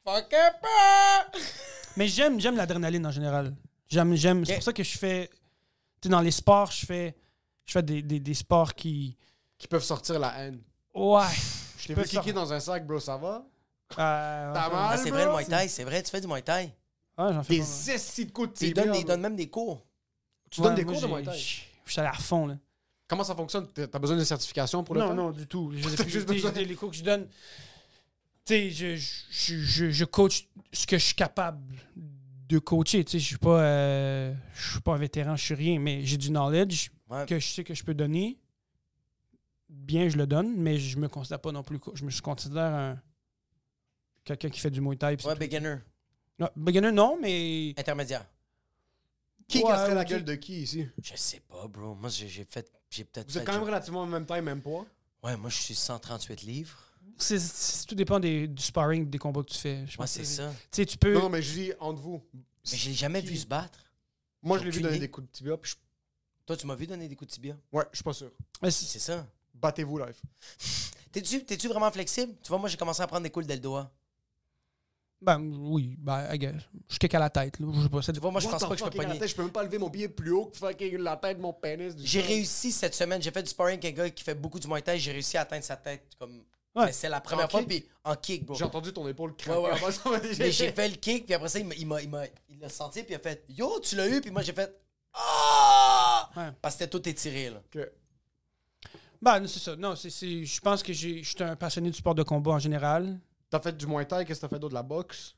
Fuck up! Mais j'aime l'adrénaline en général. J'aime. C'est pour ça que je fais... Tu sais, dans les sports, je fais des sports qui peuvent sortir la haine. Ouais. Je t'ai vu kicker dans un sac, bro, ça va? T'as mal, C'est bro? vrai le Muay Thai, c'est vrai, tu fais du Muay Thai. Ouais, j'en fais Des pas, 6 de coups de Il tibia. donne même des cours. Tu donnes Ouais, des moi, cours de Muay Thai? Je suis allé à fond, là. Comment ça fonctionne? T'as besoin d'une certification pour le faire? Non, du tout. T'as juste besoin- Les cours que je donne, tu sais, je coach ce que je suis capable de coacher. Tu sais, je suis pas un vétéran, je suis rien, mais j'ai du knowledge que je sais que je peux donner. Bien, je le donne, mais je me considère pas non plus. Je me considère quelqu'un qui fait du Muay Thai. Ouais, beginner. Non, beginner, non, mais. Intermédiaire. Qui Ouais, casserait la tu- gueule de qui ici? Je sais pas, bro. Moi, j'ai peut-être Vous fait... êtes quand même relativement en même taille, même poids. Ouais, moi, je suis 138 livres. Tout dépend du sparring, des combats que tu fais. Je Moi, pense c'est que- ça. Tu sais, tu peux. Non, mais je dis entre vous. Mais je l'ai jamais vu se battre. Moi, je l'ai vu Aucune donner idée. des coups de tibia, puis Toi, tu m'as vu donner des coups de tibia? ouais, je suis pas sûr. Ouais, C'est ça. Battez-vous live. T'es-tu vraiment flexible? Tu vois, moi, j'ai commencé à prendre des coups d'Eldoa. Ben oui, I guess. Je kick à la tête, là. Je sais pas. Tu vois, moi, je What pense the pas que je peux fuck, la pogner. tête, je peux même pas lever mon pied plus haut que fucking la tête de mon pénis. du J'ai sol. réussi cette semaine. J'ai fait du sparring avec un gars qui fait beaucoup du Muay Thai. J'ai réussi à atteindre sa tête. Comme... Ouais. Mais c'est la première En fois, kick? puis en kick, bro. J'ai entendu ton épaule craquer. Ouais, ouais. en passant, Mais j'ai fait le kick, puis après ça, il l'a senti, puis il a fait « Yo, tu l'as eu » Puis moi, j'ai fait « Ah! Ouais. Parce que c'était tout étiré, là. Ok. Ben, c'est ça. Non, je pense que je suis un passionné du sport de combat en général. T'as fait du Muay Thai, qu'est-ce que t'as fait d'autre? De la boxe?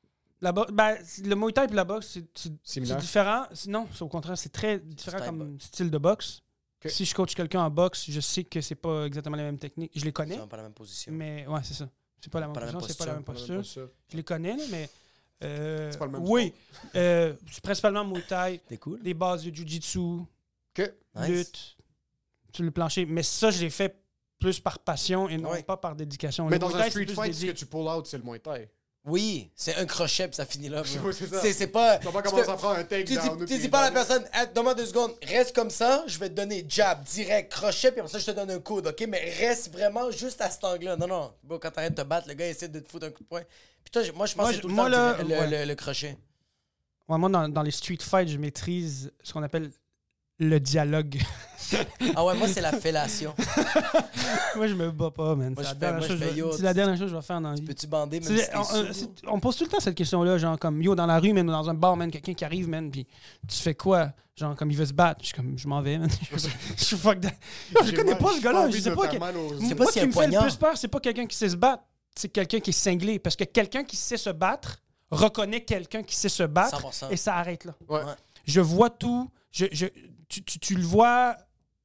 Le Muay Thai et la boxe, c'est Similaire? différent. Non, c'est au contraire, c'est très différent C'est pas comme style de boxe. Ok. Si je coach quelqu'un en boxe, je sais que c'est pas exactement la même technique. Je les C'est connais, vraiment pas la même position. mais ouais, c'est ça. C'est pas la même Pas la même position, c'est pas la même posture, posture. Je les connais, là, mais. C'est pas le même oui, c'est principalement Muay Thai, C'était cool. des bases de Jiu-Jitsu, Ok. Nice. lutte, sur le plancher. Mais ça, je l'ai fait plus par passion et non Ouais. pas par dédication. Mais Le dans Muay un Thai, c'est street plus fight, ce dédié. que tu pull out, c'est le Muay Thai. Oui, c'est un crochet, puis ça finit là. bro. Ouais, c'est ça. C'est pas... Tu vas pas tu commencer fais- à prendre un takedown. Tu dis pas à la personne, hey, donne-moi 2 secondes, reste comme ça, je vais te donner jab, direct, crochet, puis après ça, je te donne un coude, ok? Mais reste vraiment juste à cet angle-là. Non, non. Bon, quand t'arrêtes de te battre, le gars essaie de te foutre un coup de poing. Puis toi, moi, je pense que c'est tout le moi, temps là, le crochet. Ouais, moi, dans les street fights, je maîtrise ce qu'on appelle le dialogue. Ah ouais, moi, c'est la fellation. Moi, je me bats pas, man. Moi, C'est je la fais- dernière moi, je chose fais que je yo, vais- c'est la dernière chose que je vais faire dans la vie. Peux-tu bander même si On pose tout le temps cette question-là, genre comme yo dans la rue, man, ou dans un bar, man, quelqu'un qui arrive, man, puis tu fais quoi? Genre comme il veut se battre, je suis comme je m'en vais, man. Je suis fuck that. Yo, je connais pas ce gars-là, je sais pas. C'est Moi, pas ce s'il y qui a un me fait le poignard. plus peur, c'est pas quelqu'un qui sait se battre, c'est quelqu'un qui est cinglé. Parce que quelqu'un qui sait se battre reconnaît quelqu'un qui sait se battre 100%. et ça arrête là. Ouais. Ouais. Je vois tout. Tu le vois.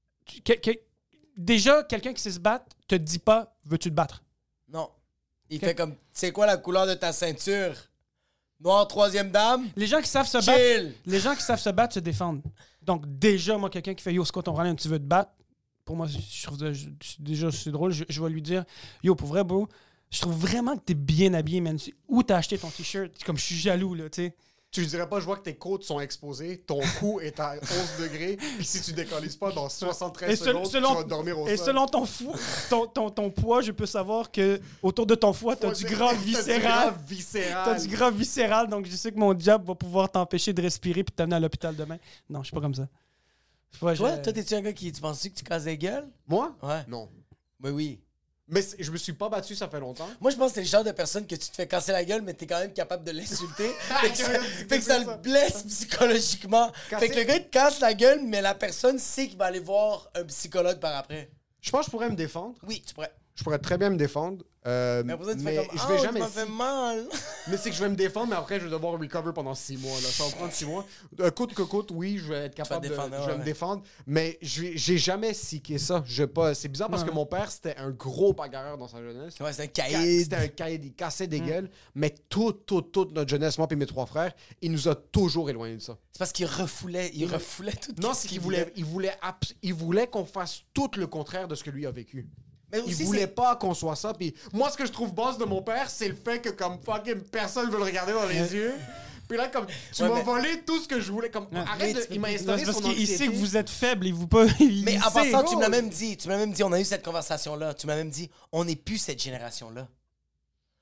Déjà, quelqu'un qui sait se battre te dit pas veux-tu te battre? Non. Il Ok. fait comme, c'est quoi la couleur de ta ceinture? Noir, 3e dame? Les gens qui savent se battre. Chill! Les gens qui savent se battre se défendent. Donc, déjà, moi, quelqu'un qui fait Yo, Scott, on râle, tu veux te battre? Pour moi, je trouve déjà c'est drôle. Je vais lui dire Yo, pour vrai, bro, je trouve vraiment que t'es bien habillé, man. Où t'as acheté ton t-shirt? Comme je suis jaloux, là, tu sais. Tu lui dirais pas, je vois que tes côtes sont exposées, ton cou est à 11 degrés, puis si tu décollises pas dans 73 secondes, tu vas dormir au et sol. selon ton poids, je peux savoir que autour de ton foie, t'as du gras viscéral. T'as du gras viscéral, donc je sais que mon jab va pouvoir t'empêcher de respirer puis t'amener à l'hôpital demain. Non, je suis pas comme ça. Toi, t'es-tu un gars qui, tu penses-tu que tu casses des gueules? Moi? Ouais. Non. Oui, oui. Mais je me suis pas battu, ça fait longtemps. Moi, je pense que t'es le genre de personne que tu te fais casser la gueule, mais t'es quand même capable de l'insulter. fait que ça le blesse psychologiquement. Casser- Fait que le gars, il te casse la gueule, mais la personne sait qu'il va aller voir un psychologue par après. Je pense que je pourrais me défendre. Oui, tu pourrais. Je pourrais très bien me défendre. Mais après ça, tu fais comme, je vais ah, jamais... tu m'as fait mal. Mais c'est que je vais me défendre, mais après, je vais devoir recover pendant 6 mois. Là. Ça va prendre 6 mois. Coûte que coûte, oui, je vais être capable de... défendre, Je vais ouais. me défendre, mais j'ai jamais seeké ça. C'est bizarre parce Ouais. que mon père, c'était un gros bagarreur dans sa jeunesse. Ouais, c'est un caïd. C'était un caïd, il cassait des gueules, mais toute notre jeunesse, moi et mes 3 frères, il nous a toujours éloignés de ça. C'est parce qu'il refoulait tout. Non, ce c'est qu'il voulait qu'on fasse tout le contraire de ce que lui a vécu. Mais Il aussi, voulait pas qu'on soit ça. Puis moi, ce que je trouve boss de mon père, c'est le fait que comme fucking personne veut le regarder dans les yeux. Puis là, comme tu Ouais, m'as mais- volé tout ce que je voulais. Comme arrête, mais il m'a Non, installé c'est parce son qu'il anxiété. sait que vous êtes faible, il vous pas. il Mais en sait. passant, tu me l'as même dit. On a eu cette conversation-là. Tu m'as même dit, on n'est plus cette génération-là.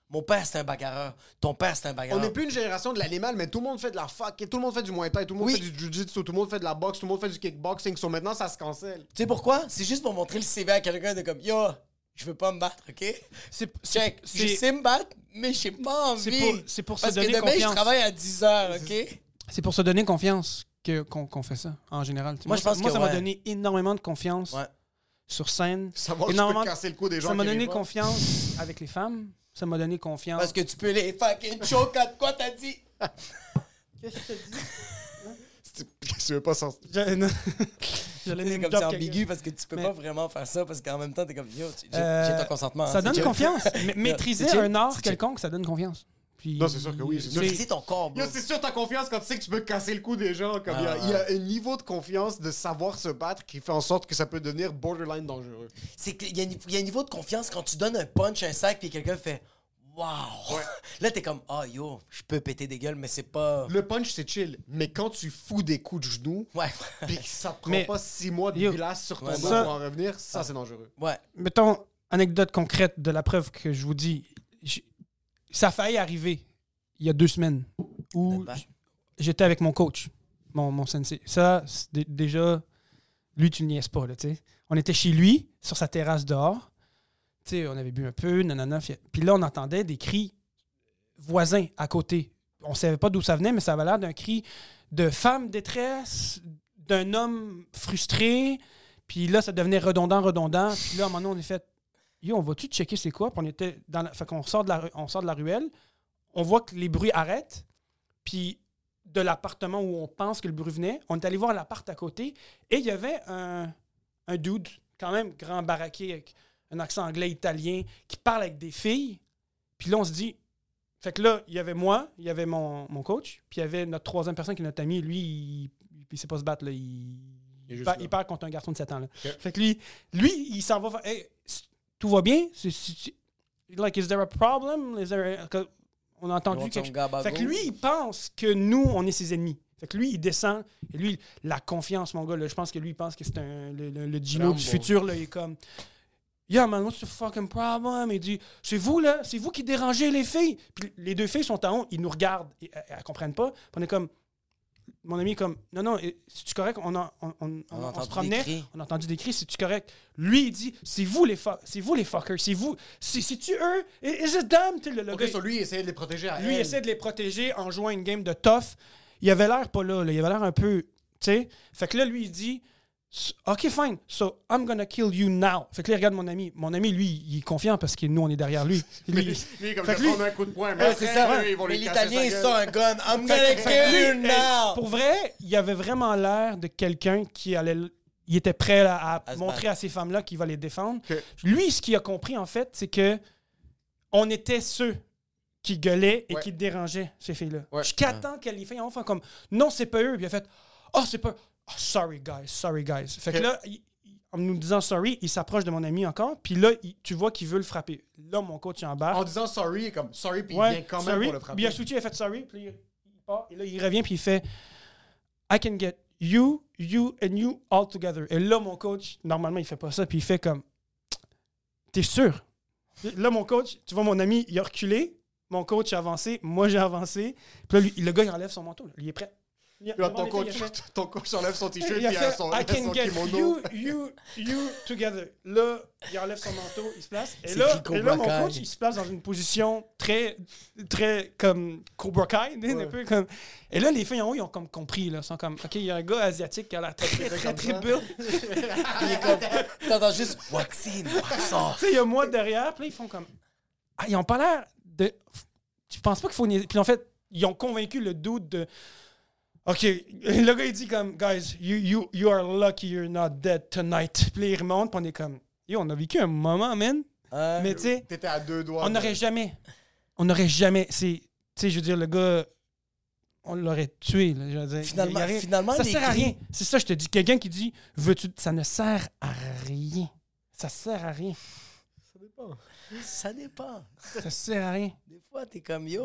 Mon père, c'est un bagarreur. Ton père, c'est un bagarreur. On n'est plus une génération de l'animal, mais tout le monde fait de la fuck, tout le monde fait du Muay Thai, tout le monde fait du Jiu-Jitsu, tout le monde fait de la boxe, tout le monde fait du kickboxing. So maintenant, ça se cancelle. Tu sais pourquoi? C'est juste pour montrer le CV à quelqu'un de comme, yo, je veux pas me battre, OK? Check. Je sais me battre, mais j'ai pas envie. C'est pour se Parce donner que demain, confiance. je travaille à 10 heures, OK? C'est pour se donner confiance qu'on fait ça, en général. Moi, je pense que ça m'a donné énormément de confiance sur scène. Savoir que tu peux casser le cou des gens. Ça m'a qui donné aiment pas. confiance avec les femmes. Ça m'a donné confiance. Parce que tu peux les fucking choke à quoi t'as dit? Qu'est-ce que tu Tu veux pas sortir. dis? C'est comme c'est ambigu parce que tu peux pas vraiment faire ça parce qu'en même temps, t'es comme, yo, j'ai ton consentement. Ça donne confiance. Maîtriser C'est chill. un art C'est chill. quelconque, ça donne confiance. Puis, Non, c'est sûr que oui. C'est sûr. Maîtriser ton corps, bro. Yo, c'est sûr, t'as confiance quand tu sais que tu peux casser le cou des gens. Comme il y a un niveau de confiance de savoir se battre qui fait en sorte que ça peut devenir borderline dangereux. C'est qu'il y a un niveau de confiance quand tu donnes un punch, un sac, puis quelqu'un fait wow. Là, t'es comme, oh yo, je peux péter des gueules, mais c'est pas. Le punch, c'est chill. Mais quand tu fous des coups de genoux, Ouais. pis que ça te prend Mais- pas 6 mois de Yo, glace sur ton dos ça- pour en revenir, ça, c'est dangereux. Ouais. mettons, anecdote concrète de la preuve que je vous dis. Ça a failli arriver il y a 2 semaines où Ben. j'étais avec mon coach, mon sensei. Ça, déjà, lui, tu le niaises pas, là, tu sais. On était chez lui, sur sa terrasse dehors. Tu sais, on avait bu un peu, nanana. Puis là, on entendait des cris voisins à côté. On savait pas d'où ça venait, mais ça avait l'air d'un cri de femme détresse, d'un homme frustré. Puis là, ça devenait redondant. Puis là, à un moment donné, on est fait, yo, on va-tu checker c'est quoi? Puis on était dans fait qu'on sort de la ruelle. On voit que les bruits arrêtent. Puis de l'appartement où on pense que le bruit venait, on est allé voir l'appart à côté. Et il y avait un dude, quand même grand baraqué, avec un accent anglais italien, qui parle avec des filles. Puis là, on se dit... Fait que là, il y avait moi, il y avait mon coach, puis il y avait notre 3e personne qui est notre ami. Lui, il sait pas se battre. Là. Il perd contre un garçon de 7 ans. Là. Okay. Fait que lui, il s'en va faire... Hey, tout va bien? Like, is there a problem? On a entendu quelque chose. Fait que lui, il pense que nous, on est ses ennemis. Fait que lui, il descend. Et lui, la confiance, mon gars, là, je pense que lui, il pense que c'est le Gino du futur. Là, il est comme... Yeah, man, what's the fucking problem? Il dit, c'est vous, là, c'est vous qui dérangez les filles. Puis les 2 filles sont en haut, ils nous regardent, elles comprennent pas. Puis on est comme, mon ami est comme, non, c'est-tu correct? On se promenait, on a entendu des cris, c'est-tu correct? Lui, il dit, c'est vous les fuckers, c'est vous, c'est-tu eux? Is it them? Le Ok, gars, so lui, il essayait de les protéger à lui, il elle. essaie de les protéger en jouant une game de tough. Il avait l'air pas là, il avait l'air un peu, tu sais. Fait que là, lui, il dit, OK, fine. So, I'm gonna kill you now. Fait que là, il regarde mon ami. Mon ami, lui, il est confiant parce que nous, on est derrière lui. Lui, comme fait je que vais lui- prendre un coup de poing. Mais Ouais, après, c'est ça. eux, ils vont Mais lui casser l'Italien, il sa sort gueule. un gun. I'm gonna kill you now. Pour vrai, il avait vraiment l'air de quelqu'un qui allait... Il était prêt à se montrer battre. à ces femmes-là qu'il va les défendre. Ok. Lui, ce qu'il a compris, en fait, c'est que on était ceux qui gueulaient et Ouais. qui dérangeaient ces filles-là. Ouais. Jusqu'à temps qu'elles les filles en font comme « Non, c'est pas eux. » Puis il a fait « Oh, c'est pas... Oh, sorry, guys. » Fait que Ok. là, en nous disant « sorry », il s'approche de mon ami encore. Puis là, tu vois qu'il veut le frapper. Là, mon coach, il embarque. En disant sorry, il est comme sorry, puis il Ouais, vient quand même sorry. pour le Puis frapper. il a switché, il a fait sorry, puis il part, et là, il revient, puis il fait I can get you and you all together. Et là, mon coach, normalement, il fait pas ça, puis il fait comme t'es sûr? Là, mon coach, tu vois, mon ami, il a reculé, mon coach a avancé, moi j'ai avancé, puis là, le gars, il enlève son manteau, là. Il est prêt. Puis là, ton coach enlève son t-shirt, il a puis il fait a son I can get kimono. you together. Là, il enlève son manteau, il se place. Et C'est là, qui, mon Cobra Kai? coach, il se place dans une position très, très comme Cobra Kai, un peu comme. Et là, les filles en haut, ils ont comme compris, là. Ils sont comme, OK, il y a un gars asiatique qui a l'air très build. Il est comme, t'entends juste Waxine, Waxa. Tu sais, il y a moi derrière, puis là, ils font comme. Ah, ils ont pas l'air de. Tu penses pas qu'il faut niaiser. Puis en fait, ils ont convaincu le dude de. OK, le gars, il dit comme, guys, you are lucky you're not dead tonight. Puis là, il remonte, puis on est comme, yo, on a vécu un moment, man. Mais tu sais, T'étais à 2 doigts. on n'aurait jamais, tu sais, je veux dire, le gars, on l'aurait tué. Là, je veux dire, Finalement, ça les sert à cris- rien. C'est ça, je te dis. Quelqu'un qui dit, veux-tu, ça ne sert à rien. Ça sert à rien. Ça dépend. Ça sert à rien. Des fois, t'es comme, yo,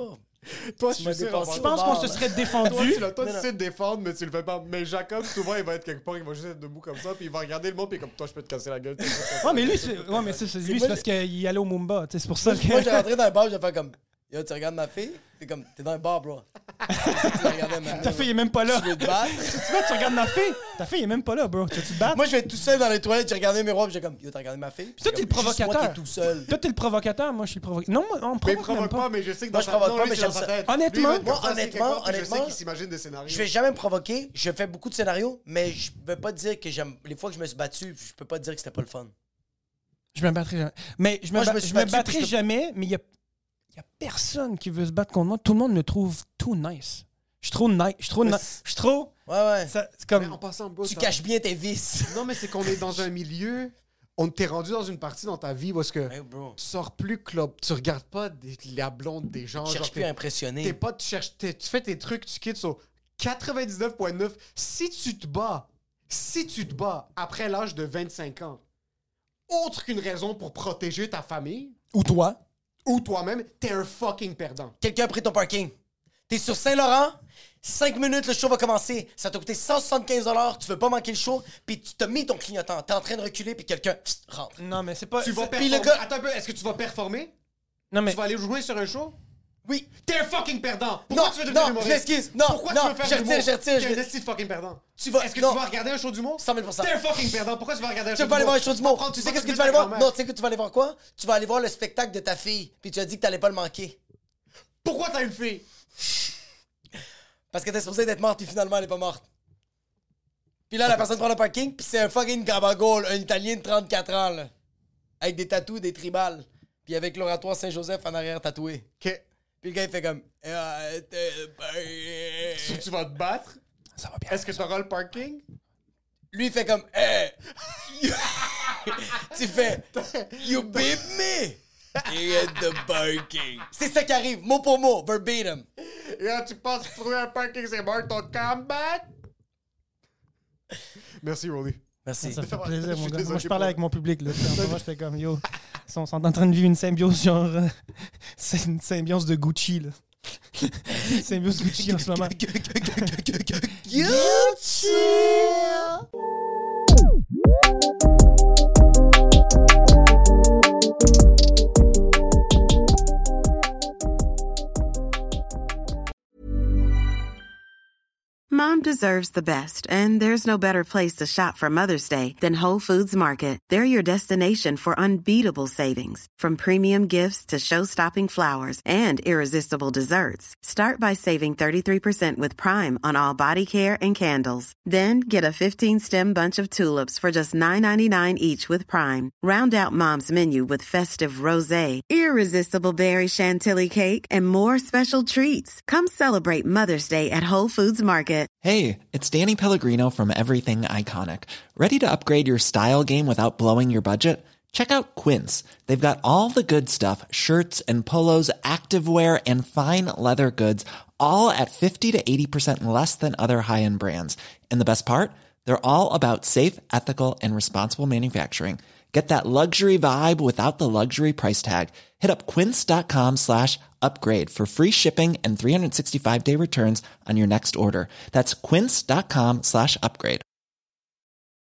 Toi, Tu m'as dépensé. Je pense qu'on se serait défendu. Toi, tu sais te défendre, mais tu le fais pas. Mais Jacob, souvent, il va être quelque part, il va juste être debout comme ça, puis il va regarder le monde, puis comme toi, je peux te casser la gueule. Ouais, mais lui, c'est parce qu'il allait au Mumba. C'est pour ça que. Moi, j'ai rentré dans le bar, j'ai fait comme yo, tu regardes ma fille? T'es comme, t'es dans un bar, bro. Tu regardais ma Ta fille est même pas là. Tu veux te battre? Tu regardes ma fille? Ta fille est même pas là, bro. Tu veux te battre? Moi, je vais être tout seul dans les toilettes, j'ai regardé mes miroirs, j'ai comme, yo, t'as regardé ma fille? Puis Toi, t'es le provocateur. Moi qui est tout seul. Toi, t'es le provocateur. Moi, je suis le provocateur. Non, on Mais il provoque provoque même pas, pas. mais je sais que Moi, dans je sa provoque pas, lui, mais c'est dans j'aime sa ça. tête. Honnêtement, Lui, il va être comme ça, c'est quelque part, puis je sais honnêtement, qu'il s'imagine des scénarios. Je vais jamais me provoquer, je fais beaucoup de scénarios, mais je veux pas dire que j'aime. Les fois que je me suis battu, je peux pas dire que c'était pas le fun. Je me battrai jamais. Mais je Moi, je me suis me battu, battrai puis je- jamais, mais il y a personne qui veut se battre contre moi. Tout le monde me trouve tout nice. Je suis trop nice. Je suis trop Mais nice. Je suis trop. Ouais. C'est Mais comme. en passant, bro, Tu caches bien tes vices. Non, mais c'est qu'on est dans un milieu. On t'est rendu dans une partie dans ta vie où est-ce que Hey, bro. tu sors plus club, tu regardes pas la blonde des gens. Je cherche genre, plus à impressionner. T'es pas, tu fais tes trucs, tu quittes sur 99.9. Si tu te bats après l'âge de 25 ans, autre qu'une raison pour protéger ta famille Ou toi. ou toi-même, t'es un fucking perdant. Quelqu'un a pris ton parking. T'es sur Saint-Laurent, 5 minutes, le show va commencer. Ça t'a coûté 175 $, tu veux pas manquer le show, puis tu t'as mis ton clignotant. T'es en train de reculer, puis quelqu'un rentre. Non, mais c'est pas. Tu vas c'est- performer. le gars- Attends un peu, est-ce que tu vas performer? Non, mais. Tu vas aller jouer sur un show? Oui. T'es un fucking perdant! Pourquoi Non, tu veux devenir non, humoriste? je m'excuse. Non, Pourquoi non, tu veux faire je de l'humour? retire, T'es je un esti de fucking perdant. Tu vas- Est-ce que non. tu vas regarder un show d'humour? 100 000 T'es un fucking perdant. Pourquoi tu vas regarder un Tu show vas pas aller voir un show d'humour? d'humour. Tu sais qu'est-ce que tu vas aller voir? Non, tu sais que tu vas aller voir quoi? Tu vas aller voir le spectacle de ta fille, puis tu as dit que t'allais pas le manquer. Pourquoi t'as une fille? Parce que t'es supposé d'être morte, puis finalement, elle est pas morte. Puis là, la personne prend le parking, puis c'est un fucking gabagool, un Italien de 34 ans, là. Avec des tatous, des tribales. Puis avec l'oratoire Saint-Joseph en arrière tatoué. OK. Puis le gars, il fait comme... Si tu vas te battre, Ça va bien. est-ce que tu auras le parking? Lui, il fait comme... Tu fais... You beat me! You get the parking. C'est ça qui arrive, mot pour mot, verbatim. Et là, tu passes trouver un parking, c'est mort ton comeback? Merci, Rolly. Merci. Ça fait Je plaisir, suis mon gars. désolé Moi, je parlais pour- avec mon public. Là. Moi, j'étais comme, yo, ils sont en train de vivre une symbiose, genre. C'est une symbiose de Gucci, là. Symbiose Gucci en ce moment. Mom deserves the best, and there's no better place to shop for Mother's Day than Whole Foods Market. They're your destination for unbeatable savings, from premium gifts to show-stopping flowers and irresistible desserts. Start by saving 33% with Prime on all body care and candles. Then get a 15-stem bunch of tulips for just $9.99 each with Prime. Round out Mom's menu with festive rosé, irresistible berry chantilly cake, and more special treats. Come celebrate Mother's Day at Whole Foods Market. Hey, it's Danny Pellegrino from Everything Iconic. Ready to upgrade your style game without blowing your budget? Check out Quince. They've got all the good stuff, shirts and polos, activewear, and fine leather goods, all at 50 to 80% less than other high-end brands. And the best part? They're all about safe, ethical, and responsible manufacturing. Get that luxury vibe without the luxury price tag. Hit up quince.com/upgrade for free shipping and 365-day returns on your next order. That's quince.com/upgrade.